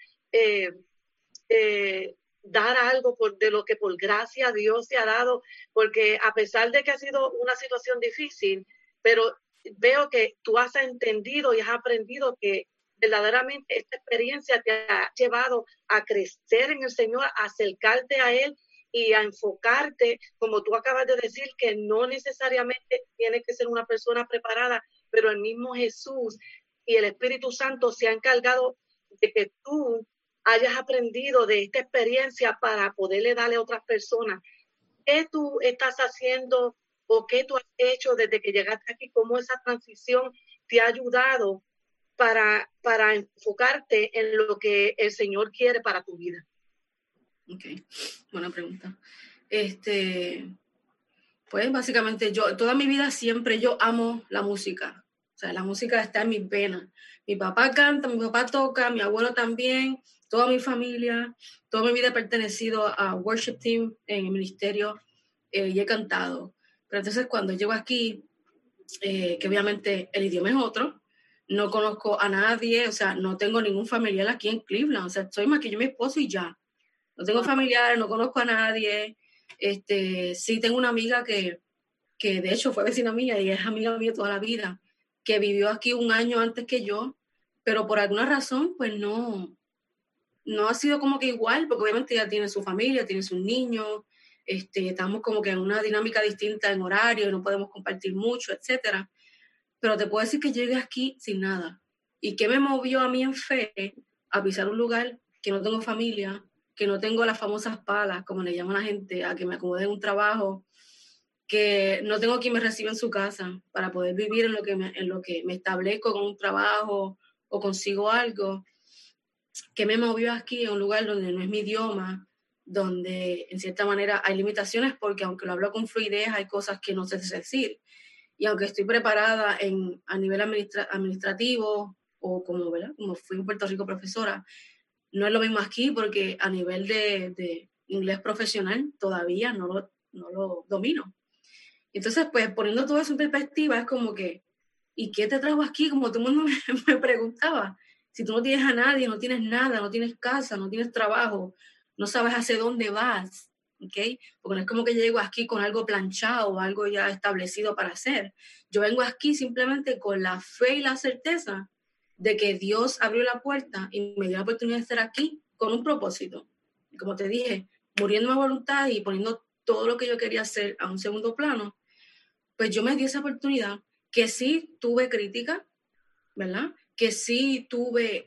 S5: dar algo de lo que por gracia Dios te ha dado, porque a pesar de que ha sido una situación difícil, pero veo que tú has entendido y has aprendido que verdaderamente esta experiencia te ha llevado a crecer en el Señor, a acercarte a Él y a enfocarte, como tú acabas de decir, que no necesariamente tiene que ser una persona preparada, pero el mismo Jesús y el Espíritu Santo se ha encargado de que tú hayas aprendido de esta experiencia para poderle darle a otras personas. ¿Qué tú estás haciendo o qué tú has hecho desde que llegaste aquí? ¿Cómo esa transición te ha ayudado para enfocarte en lo que el Señor quiere para tu vida?
S6: Ok, buena pregunta. Pues básicamente toda mi vida siempre yo amo la música. O sea, la música está en mis venas. Mi papá canta, mi papá toca, mi abuelo también, toda mi familia, toda mi vida he pertenecido a worship team en el ministerio y he cantado. Pero entonces cuando llego aquí, que obviamente el idioma es otro, no conozco a nadie, o sea, no tengo ningún familiar aquí en Cleveland, o sea, soy más que yo, mi esposo y ya. No tengo familiares, no conozco a nadie. Sí tengo una amiga que de hecho fue vecina mía y es amiga mía toda la vida, que vivió aquí un año antes que yo, pero por alguna razón, pues no ha sido como que igual, porque obviamente ella tiene su familia, tiene sus niños, estamos como que en una dinámica distinta en horario, no podemos compartir mucho, etcétera. Pero te puedo decir que llegué aquí sin nada. ¿Y qué me movió a mí en fe a pisar un lugar que no tengo familia, que no tengo las famosas palas, como le llaman a la gente, a que me acomode en un trabajo, que no tengo quien me reciba en su casa para poder vivir en lo que me establezco con un trabajo o consigo algo? ¿Qué me movió aquí a un lugar donde no es mi idioma, donde en cierta manera hay limitaciones porque aunque lo hablo con fluidez hay cosas que no sé decir? Y aunque estoy preparada a nivel administrativo o como, ¿verdad? Como fui en Puerto Rico profesora, no es lo mismo aquí porque a nivel de inglés profesional todavía no lo domino. Entonces, pues poniendo todo eso en perspectiva, es como que, ¿y qué te trajo aquí? Como todo el mundo me preguntaba. Si tú no tienes a nadie, no tienes nada, no tienes casa, no tienes trabajo, no sabes hacia dónde vas, ¿ok? Porque no es como que yo llego aquí con algo planchado o algo ya establecido para hacer. Yo vengo aquí simplemente con la fe y la certeza de que Dios abrió la puerta y me dio la oportunidad de estar aquí con un propósito. Y como te dije, muriendo a voluntad y poniendo todo lo que yo quería hacer a un segundo plano, pues yo me di esa oportunidad, que sí tuve crítica, ¿verdad? Que sí tuve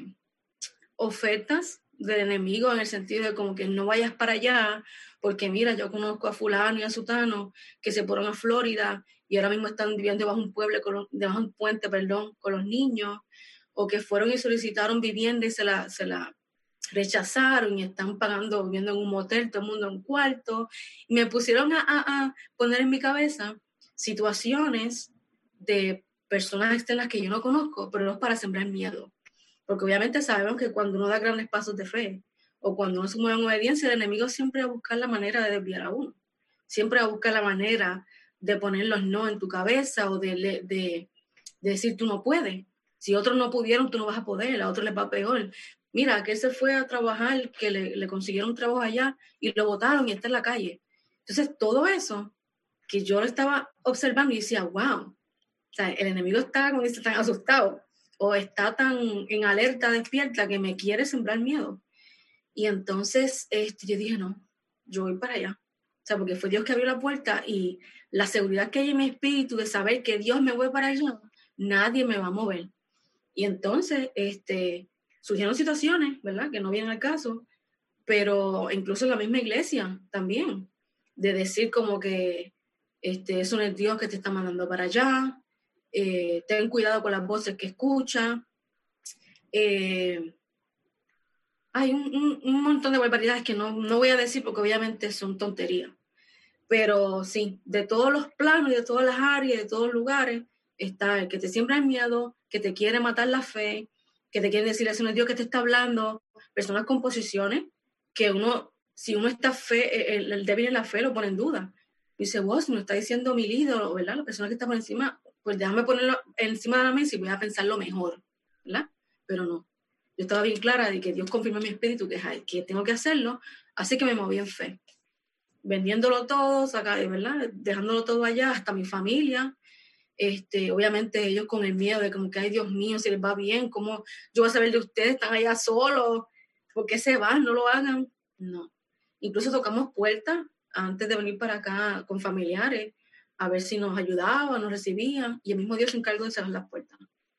S6: ofertas del enemigo en el sentido de como que no vayas para allá, porque mira, yo conozco a fulano y a sutano que se fueron a Florida y ahora mismo están viviendo debajo de un puente, con los niños, o que fueron y solicitaron vivienda y se la rechazaron y están viviendo en un motel, todo el mundo en un cuarto. Y me pusieron a poner en mi cabeza situaciones de personas externas que yo no conozco, pero no es para sembrar miedo. Porque obviamente sabemos que cuando uno da grandes pasos de fe o cuando uno se mueve en obediencia, el enemigo siempre va a buscar la manera de desviar a uno. Siempre va a buscar la manera de poner los no en tu cabeza o de decir tú no puedes. Si otros no pudieron, tú no vas a poder, a otros les va peor. Mira, que él se fue a trabajar, que le consiguieron un trabajo allá y lo botaron y está en la calle. Entonces, todo eso que yo lo estaba observando y decía, wow, o sea, el enemigo está, como dice, tan asustado o está tan en alerta, despierta, que me quiere sembrar miedo. Y entonces yo dije, no, yo voy para allá. O sea, porque fue Dios que abrió la puerta y la seguridad que hay en mi espíritu de saber que Dios me voy para allá, nadie me va a mover. Y entonces surgieron situaciones, ¿verdad?, que no vienen al caso, pero incluso en la misma iglesia también, de decir como que eso no es Dios que te está mandando para allá, ten cuidado con las voces que escuchas. Hay un montón de barbaridades que no voy a decir porque obviamente son tonterías. Pero sí, de todos los planos y de todas las áreas, de todos los lugares, está el que te siembra el miedo, que te quiere matar la fe, que te quiere decir, ese no es Dios que te está hablando. Personas con posiciones que si uno está el débil en la fe lo pone en duda. Dice, vos, me lo está diciendo mi líder, ¿verdad? La persona que está por encima, pues déjame ponerlo encima de la mesa y voy a pensarlo mejor, ¿verdad? Pero no. Yo estaba bien clara de que Dios confirma en mi espíritu que tengo que hacerlo, así que me moví en fe. Vendiéndolo todo, ¿verdad? Dejándolo todo allá, hasta mi familia. Obviamente ellos con el miedo de como que, ay, Dios mío, si les va bien, ¿cómo yo voy a saber de ustedes? Están allá solos, ¿por qué se van? No lo hagan. No. Incluso tocamos puertas antes de venir para acá con familiares, a ver si nos ayudaban, nos recibían, y el mismo Dios se encargó de cerrar las puertas.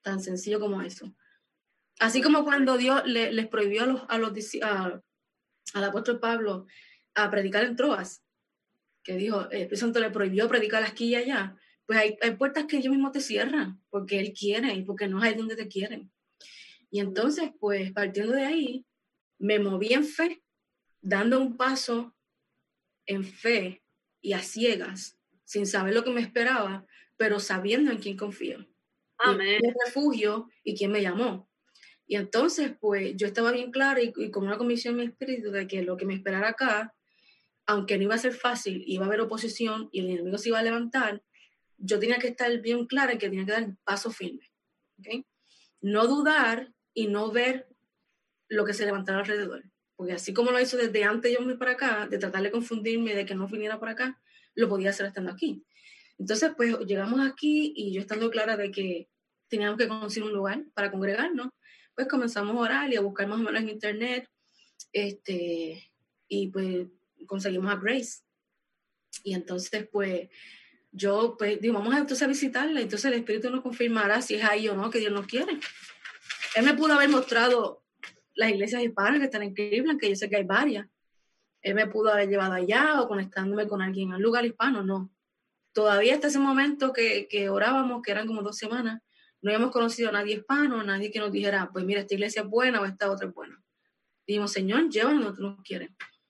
S6: tan sencillo como eso. Así como cuando Dios les prohibió al apóstol Pablo a predicar en Troas, que dijo, el Espíritu Santo le prohibió predicar aquí y allá, pues hay puertas que ellos mismos te cierran, porque Él quiere y porque no hay donde te quieren. Y entonces, pues, partiendo de ahí, me moví en fe, dando un paso en fe y a ciegas, sin saber lo que me esperaba, pero sabiendo en quién confío.
S5: Amén.
S6: Mi refugio y quién me llamó. Y entonces, pues, yo estaba bien clara y con una convicción en mi espíritu de que lo que me esperara acá, aunque no iba a ser fácil, iba a haber oposición y el enemigo se iba a levantar, yo tenía que estar bien clara en que tenía que dar paso firme. ¿Okay? No dudar y no ver lo que se levantara alrededor. Porque así como lo hizo desde antes de yo venir para acá, de tratar de confundirme, de que no viniera para acá, lo podía hacer estando aquí. Entonces, pues, llegamos aquí y yo estando clara de que teníamos que conseguir un lugar para congregarnos, pues comenzamos a orar y a buscar más o menos en internet, y pues conseguimos a Grace. Y entonces, pues, yo, pues, digo, vamos entonces a visitarla, entonces el Espíritu nos confirmará si es ahí o no, que Dios nos quiere. Él me pudo haber mostrado las iglesias hispanas que están en Cleveland, que yo sé que hay varias. Él me pudo haber llevado allá o conectándome con alguien en un lugar hispano, no. Todavía hasta ese momento que orábamos, que eran como 2 semanas, no habíamos conocido a nadie hispano, nadie que nos dijera, pues mira, esta iglesia es buena o esta otra es buena. Dijimos, Señor, llévanos donde tú nos quieres.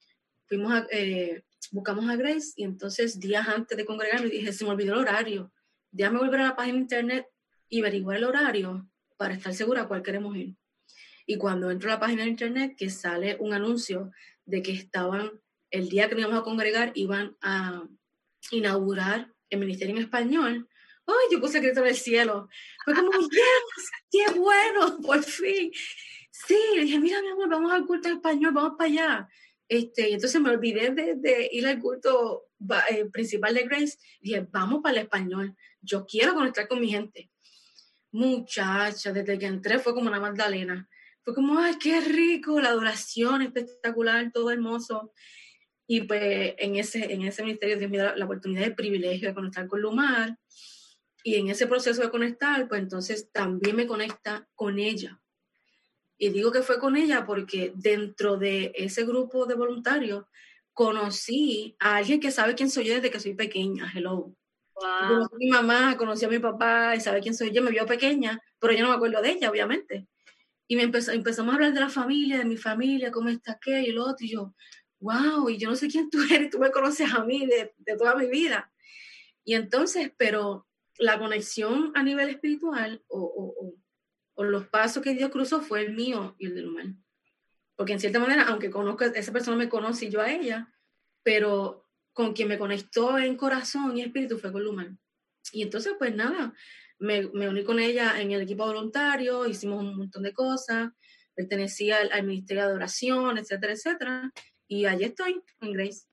S6: Buscamos a Grace y entonces días antes de congregarme dije, se me olvidó el horario. Déjame volver a la página de internet y averiguar el horario para estar segura a cuál queremos ir. Y cuando entro a la página de internet, que sale un anuncio de que el día que nos íbamos a congregar, iban a inaugurar el ministerio en español. ¡Ay, yo puse grito en el cielo! Fue como, ¡yes! ¡Qué bueno! ¡Por fin! Sí, le dije, mira, mi amor, vamos al culto en español, vamos para allá. Y entonces me olvidé de ir al culto principal de Grace. Dije, vamos para el español. Yo quiero conectar con mi gente. Muchacha, desde que entré fue como una Magdalena. Fue como, ¡ay, qué rico! La adoración espectacular, todo hermoso. Y pues en ese ministerio Dios me da la oportunidad, el privilegio de conectar con Lumar. Y en ese proceso de conectar, pues entonces también me conecta con ella. Y digo que fue con ella porque dentro de ese grupo de voluntarios conocí a alguien que sabe quién soy yo desde que soy pequeña. Hello.
S5: Wow.
S6: Conocí a mi mamá, conocí a mi papá y sabe quién soy yo. Me vio pequeña, pero yo no me acuerdo de ella, obviamente. Y empezamos a hablar de la familia, de mi familia, cómo está aquello y lo otro. Y yo, wow, y yo no sé quién tú eres, tú me conoces a mí de toda mi vida. Y entonces, pero la conexión a nivel espiritual o los pasos que Dios cruzó fue el mío y el de Lumar. Porque en cierta manera, aunque conozco, esa persona me conoce y yo a ella, pero con quien me conectó en corazón y espíritu fue con Lumar. Y entonces, pues nada, me uní con ella en el equipo voluntario, hicimos un montón de cosas, pertenecía al ministerio de oración, etcétera, etcétera. Y allí estoy, en Grace.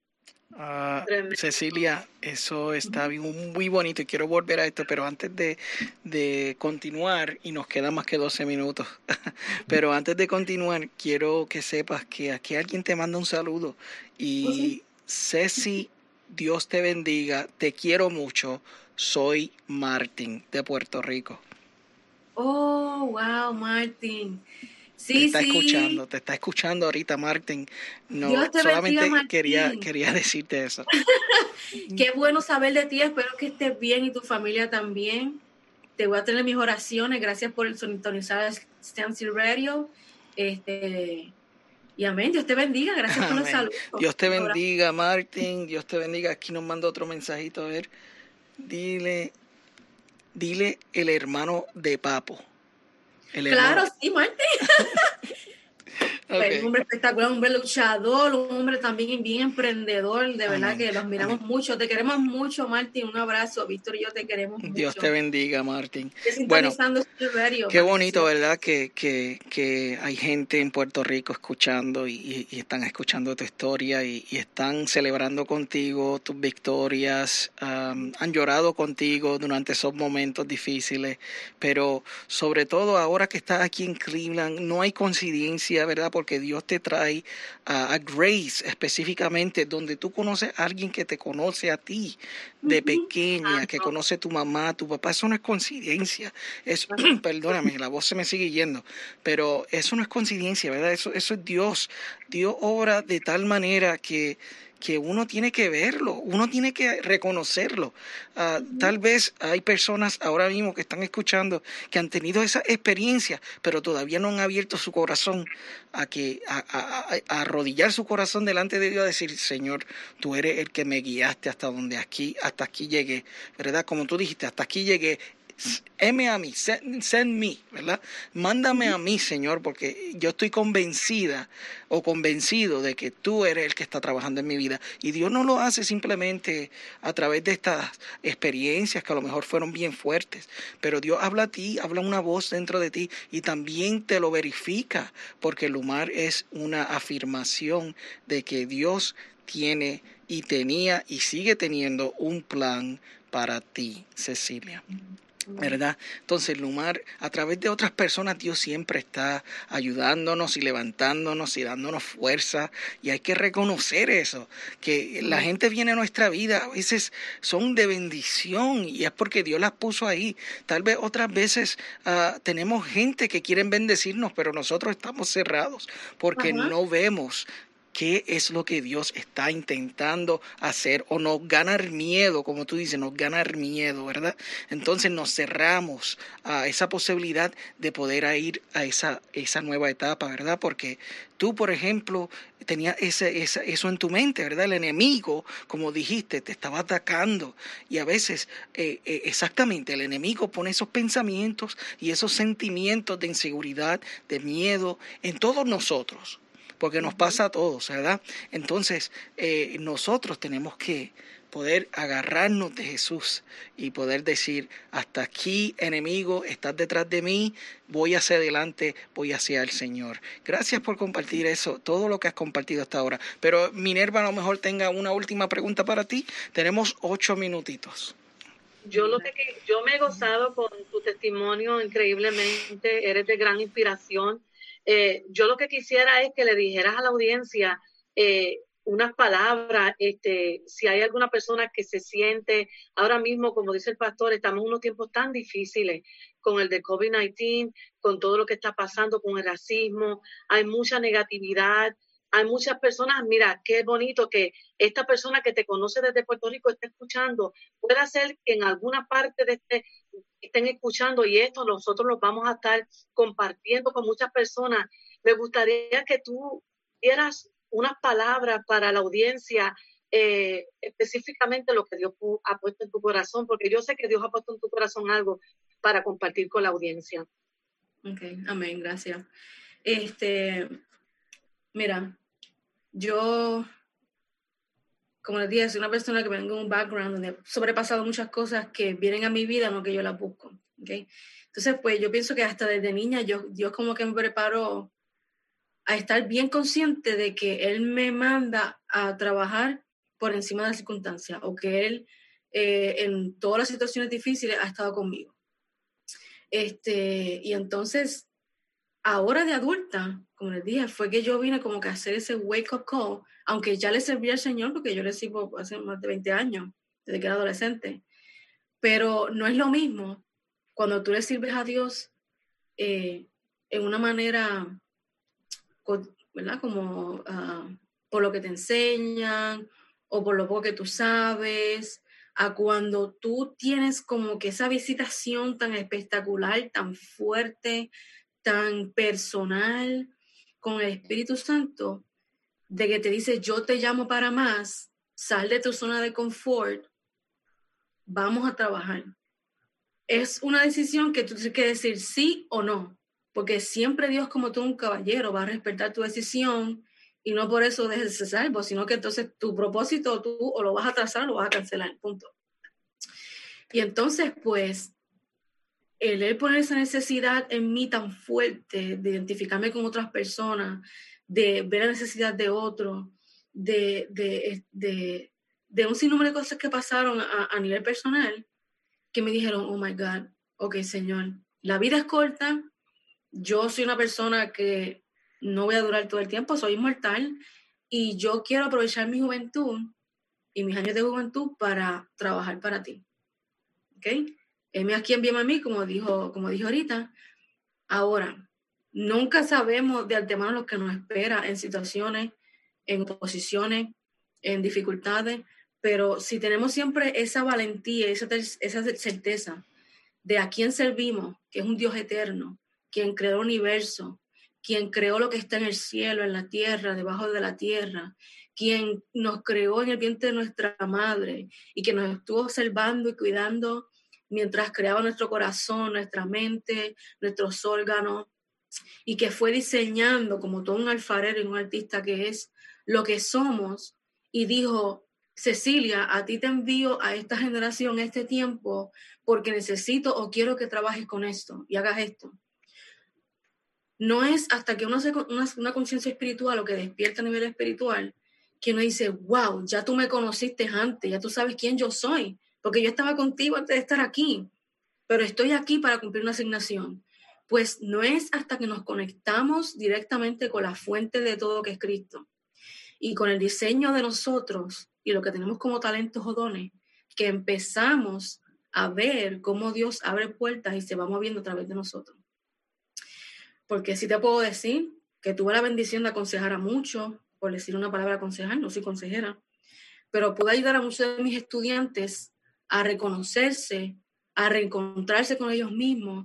S4: Cecilia, eso está bien, muy bonito y quiero volver a esto, pero antes de continuar, y nos quedan más que 12 minutos, pero antes de continuar, quiero que sepas que aquí alguien te manda un saludo y Ceci, Dios te bendiga, te quiero mucho, soy Martín de Puerto Rico.
S6: Oh, wow, Martín. Sí,
S4: te está escuchando ahorita, Martín. No,
S6: Dios te
S4: solamente
S6: bendiga,
S4: quería decirte eso.
S6: Qué bueno saber de ti, espero que estés bien y tu familia también. Te voy a tener mis oraciones, gracias por sintonizar Stand Still Radio. Y amén, Dios te bendiga, gracias por los saludos.
S4: Dios te bendiga, Martín, Dios te bendiga. Aquí nos manda otro mensajito, a ver. Dile el hermano de Papo.
S6: Claro, sí, Martín. Okay. Un hombre espectacular, un hombre luchador, un hombre también bien emprendedor, de verdad que los admiramos mucho. Te queremos mucho, Martín. Un abrazo, Víctor y yo te queremos mucho.
S4: Dios te bendiga, Martín.
S6: Bueno,
S4: qué bonito, ¿verdad? Que hay gente en Puerto Rico escuchando y están escuchando tu historia y están celebrando contigo tus victorias, han llorado contigo durante esos momentos difíciles, pero sobre todo ahora que estás aquí en Cleveland, no hay coincidencia, ¿verdad? porque Dios te trae a Grace específicamente, donde tú conoces a alguien que te conoce a ti de pequeña, que conoce a tu mamá, a tu papá. Eso no es coincidencia. Perdóname, la voz se me sigue yendo, pero eso no es coincidencia, ¿verdad? Eso es Dios. Dios obra de tal manera que uno tiene que verlo, uno tiene que reconocerlo. Tal vez hay personas ahora mismo que están escuchando que han tenido esa experiencia, pero todavía no han abierto su corazón a arrodillar su corazón delante de Dios, a decir, Señor, tú eres el que me guiaste hasta aquí llegué, ¿verdad? Como tú dijiste, hasta aquí llegué. Heme a mí, send me, ¿verdad? Mándame a mí, Señor, porque yo estoy convencida o convencido de que tú eres el que está trabajando en mi vida. Y Dios no lo hace simplemente a través de estas experiencias que a lo mejor fueron bien fuertes, pero Dios habla a ti, habla una voz dentro de ti y también te lo verifica, porque Lumar es una afirmación de que Dios tiene y tenía y sigue teniendo un plan para ti, Cecilia, ¿verdad? Entonces, Lumar, a través de otras personas, Dios siempre está ayudándonos y levantándonos y dándonos fuerza, y hay que reconocer eso, que la gente viene a nuestra vida, a veces son de bendición y es porque Dios las puso ahí. Tal vez otras veces tenemos gente que quieren bendecirnos, pero nosotros estamos cerrados porque no vemos qué es lo que Dios está intentando hacer, o nos gana el miedo, como tú dices, nos gana el miedo, ¿verdad? Entonces nos cerramos a esa posibilidad de poder ir a esa nueva etapa, ¿verdad? Porque tú, por ejemplo, tenías eso en tu mente, ¿verdad? El enemigo, como dijiste, te estaba atacando, y a veces exactamente el enemigo pone esos pensamientos y esos sentimientos de inseguridad, de miedo en todos nosotros, porque nos pasa a todos, ¿verdad? Entonces, nosotros tenemos que poder agarrarnos de Jesús y poder decir, hasta aquí, enemigo, estás detrás de mí, voy hacia adelante, voy hacia el Señor. Gracias por compartir eso, todo lo que has compartido hasta ahora. Pero Minerva a lo mejor tenga una última pregunta para ti. Tenemos 8 minutitos.
S5: Yo me he gozado con tu testimonio increíblemente, eres de gran inspiración. Yo lo que quisiera es que le dijeras a la audiencia unas palabras, si hay alguna persona que se siente, ahora mismo, como dice el pastor, estamos en unos tiempos tan difíciles con el de COVID-19, con todo lo que está pasando, con el racismo, hay mucha negatividad, hay muchas personas, mira, qué bonito que esta persona que te conoce desde Puerto Rico esté escuchando, puede ser que en alguna parte de estén escuchando, y esto nosotros lo vamos a estar compartiendo con muchas personas. Me gustaría que tú dieras unas palabras para la audiencia, específicamente lo que Dios ha puesto en tu corazón, porque yo sé que Dios ha puesto en tu corazón algo para compartir con la audiencia.
S6: Ok, amén, gracias. Mira, yo, como les dije, soy una persona que vengo de un background donde he sobrepasado muchas cosas que vienen a mi vida, no que yo las busco, ¿okay? Entonces, pues yo pienso que hasta desde niña Dios como que me preparó a estar bien consciente de que Él me manda a trabajar por encima de las circunstancias, o que Él en todas las situaciones difíciles ha estado conmigo. Y entonces, ahora de adulta, como les dije, fue que yo vine como que a hacer ese wake-up call, aunque ya le serví al Señor, porque yo le sirvo hace más de 20 años, desde que era adolescente. Pero no es lo mismo cuando tú le sirves a Dios en una manera, ¿verdad? Como por lo que te enseñan o por lo poco que tú sabes, a cuando tú tienes como que esa visitación tan espectacular, tan fuerte, tan personal con el Espíritu Santo, de que te dice, yo te llamo para más, sal de tu zona de confort, vamos a trabajar. Es una decisión que tú tienes que decir sí o no, porque siempre Dios, como tú, un caballero, va a respetar tu decisión, y no por eso dejes de ser salvo, sino que entonces tu propósito tú o lo vas a trazar o lo vas a cancelar, punto. Y entonces, pues, él poner esa necesidad en mí tan fuerte de identificarme con otras personas, de ver la necesidad de otro, de un sinnúmero de cosas que pasaron a nivel personal, que me dijeron, oh my God, ok, Señor, la vida es corta, yo soy una persona que no voy a durar todo el tiempo, soy inmortal y yo quiero aprovechar mi juventud y mis años de juventud para trabajar para ti. ¿Ok? Heme aquí, envíame a mí, como dijo ahorita. Ahora, nunca sabemos de antemano lo que nos espera en situaciones, en oposiciones, en dificultades, pero si tenemos siempre esa valentía, esa certeza de a quién servimos, que es un Dios eterno, quien creó el universo, quien creó lo que está en el cielo, en la tierra, debajo de la tierra, quien nos creó en el vientre de nuestra madre y que nos estuvo observando y cuidando mientras creaba nuestro corazón, nuestra mente, nuestros órganos, y que fue diseñando como todo un alfarero y un artista que es lo que somos, y dijo: Cecilia, a ti te envío a esta generación, a este tiempo, porque necesito o quiero que trabajes con esto y hagas esto. No es hasta que uno hace una conciencia espiritual o que despierta a nivel espiritual que uno dice: wow, ya tú me conociste antes, ya tú sabes quién yo soy, porque yo estaba contigo antes de estar aquí, pero estoy aquí para cumplir una asignación. Pues no es hasta que nos conectamos directamente con la fuente de todo, que es Cristo, y con el diseño de nosotros y lo que tenemos como talentos o dones, que empezamos a ver cómo Dios abre puertas y se va moviendo a través de nosotros. Porque sí te puedo decir que tuve la bendición de aconsejar a muchos, por decir una palabra aconsejar, no soy consejera, pero pude ayudar a muchos de mis estudiantes a reconocerse, a reencontrarse con ellos mismos,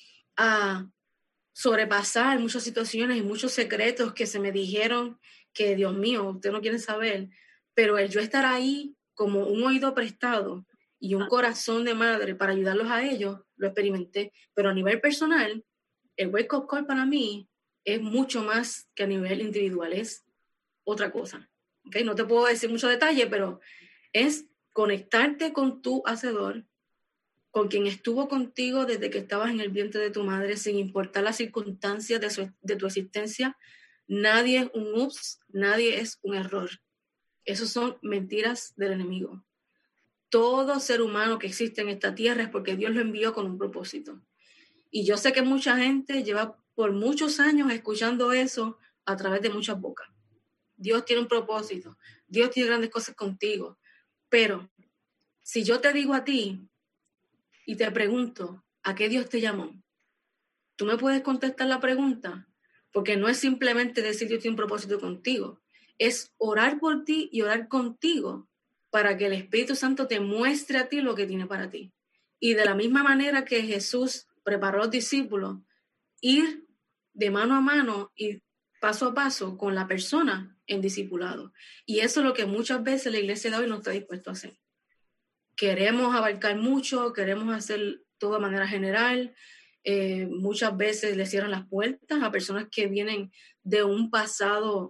S6: a sobrepasar muchas situaciones y muchos secretos que se me dijeron que, Dios mío, usted no quiere saber, pero el yo estar ahí como un oído prestado y un corazón de madre para ayudarlos a ellos, lo experimenté. Pero a nivel personal, el wake up call para mí es mucho más que a nivel individual, es otra cosa. ¿Okay? No te puedo decir mucho detalle, pero es conectarte con tu hacedor, con quien estuvo contigo desde que estabas en el vientre de tu madre, sin importar las circunstancias de tu existencia. Nadie es un ups, nadie es un error. Esos son mentiras del enemigo. Todo ser humano que existe en esta tierra es porque Dios lo envió con un propósito. Y yo sé que mucha gente lleva por muchos años escuchando eso a través de muchas bocas. Dios tiene un propósito, Dios tiene grandes cosas contigo, pero si yo te digo a ti y te pregunto, ¿a qué Dios te llamó? ¿Tú me puedes contestar la pregunta? Porque no es simplemente decir Dios tiene un propósito contigo, es orar por ti y orar contigo para que el Espíritu Santo te muestre a ti lo que tiene para ti. Y de la misma manera que Jesús preparó a los discípulos, ir de mano a mano y paso a paso con la persona en discipulado. Y eso es lo que muchas veces la iglesia de hoy no está dispuesta a hacer. Queremos abarcar mucho, queremos hacer todo de manera general. Muchas veces le cierran las puertas a personas que vienen de un pasado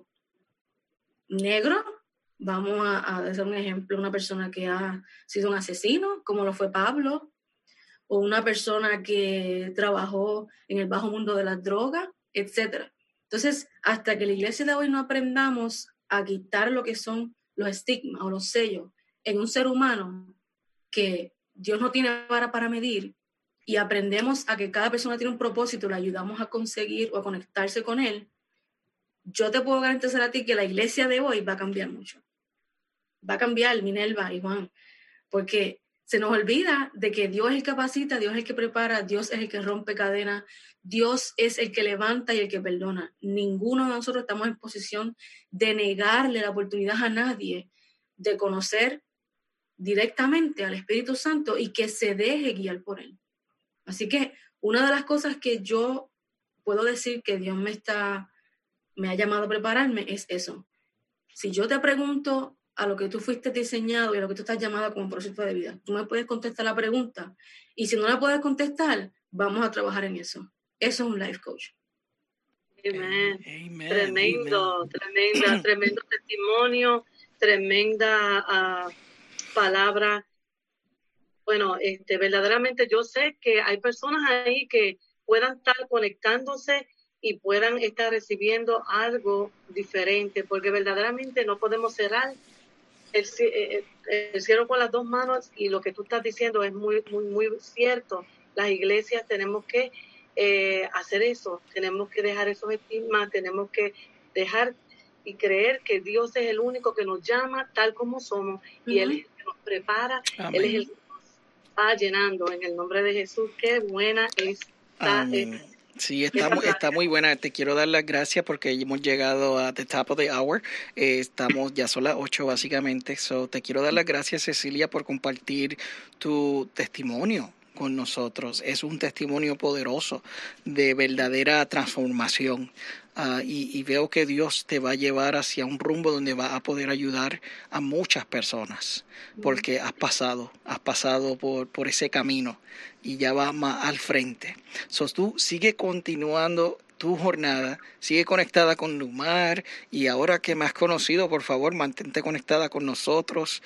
S6: negro. Vamos a hacer un ejemplo, una persona que ha sido un asesino, como lo fue Pablo, o una persona que trabajó en el bajo mundo de las drogas, etc. Entonces, hasta que la iglesia de hoy no aprendamos a quitar lo que son los estigmas o los sellos en un ser humano, que Dios no tiene vara para medir, y aprendemos a que cada persona tiene un propósito, le ayudamos a conseguir o a conectarse con él, yo te puedo garantizar a ti que la iglesia de hoy va a cambiar mucho. Va a cambiar, Minerva y Juan, porque se nos olvida de que Dios es el que capacita, Dios es el que prepara, Dios es el que rompe cadenas, Dios es el que levanta y el que perdona. Ninguno de nosotros estamos en posición de negarle la oportunidad a nadie de conocer directamente al Espíritu Santo y que se deje guiar por él. Así que una de las cosas que yo puedo decir que Dios me ha llamado a prepararme es eso. Si yo te pregunto a lo que tú fuiste diseñado y a lo que tú estás llamado como propósito de vida, tú me puedes contestar la pregunta, y si no la puedes contestar, vamos a trabajar en eso. Eso es un life coach.
S5: Amen.
S4: Amen.
S5: Tremendo,
S4: Amen.
S5: tremendo testimonio, tremenda palabra. Bueno, verdaderamente yo sé que hay personas ahí que puedan estar conectándose y puedan estar recibiendo algo diferente, porque verdaderamente no podemos cerrar el cielo con las dos manos, y lo que tú estás diciendo es muy, muy, muy cierto. Las iglesias tenemos que hacer eso. Tenemos que dejar esos estigmas, tenemos que dejar y creer que Dios es el único que nos llama tal como somos, y Él es el que nos prepara.
S4: Amén.
S5: Él es el que nos va llenando en el nombre de Jesús. Qué buena es.
S4: Amén. Sí, está muy buena. Te quiero dar las gracias porque hemos llegado a the top of the hour. Ya son las 8 básicamente. So, te quiero dar las gracias, Cecilia, por compartir tu testimonio con nosotros. Es un testimonio poderoso de verdadera transformación. Y veo que Dios te va a llevar hacia un rumbo donde va a poder ayudar a muchas personas, porque has pasado por ese camino y ya vas más al frente. So, tú sigue continuando tu jornada, sigue conectada con Lumar, y ahora que me has conocido, por favor, mantente conectada con nosotros.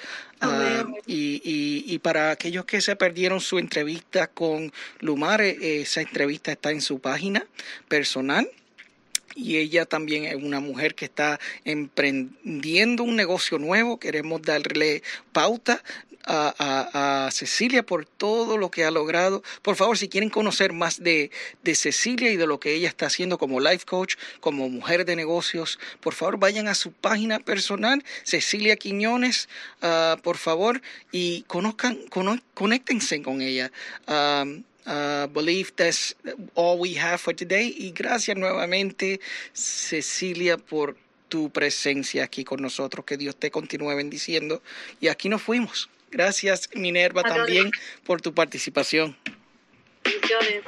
S4: Y para aquellos que se perdieron su entrevista con Lumar, esa entrevista está en su página personal. Y ella también es una mujer que está emprendiendo un negocio nuevo. Queremos darle pauta a Cecilia por todo lo que ha logrado. Por favor, si quieren conocer más de Cecilia y de lo que ella está haciendo como life coach, como mujer de negocios, por favor vayan a su página personal, Cecilia Quiñones, por favor, y conéctense con ella. Believe that's all we have for today. Y gracias nuevamente, Cecilia, por tu presencia aquí con nosotros. Que Dios te continúe bendiciendo. Y aquí nos fuimos. Gracias, Minerva, también por tu participación.
S5: Bendiciones.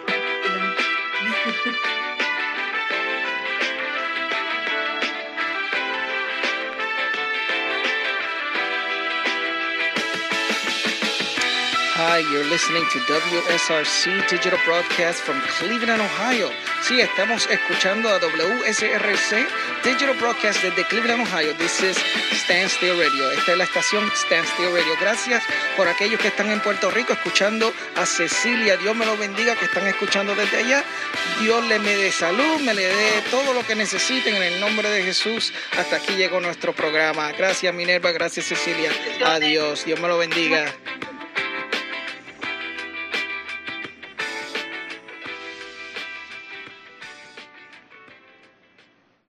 S4: Hi, you're listening to WSRC Digital Broadcast from Cleveland, Ohio. Sí, estamos escuchando a WSRC Digital Broadcast desde Cleveland, Ohio. This is Stand Still Radio. Esta es la estación Stand Still Radio. Gracias por aquellos que están en Puerto Rico escuchando a Cecilia. Dios me lo bendiga, que están escuchando desde allá. Dios le me dé salud, me le dé todo lo que necesiten en el nombre de Jesús. Hasta aquí llegó nuestro programa. Gracias, Minerva. Gracias, Cecilia. Adiós. Dios me lo bendiga.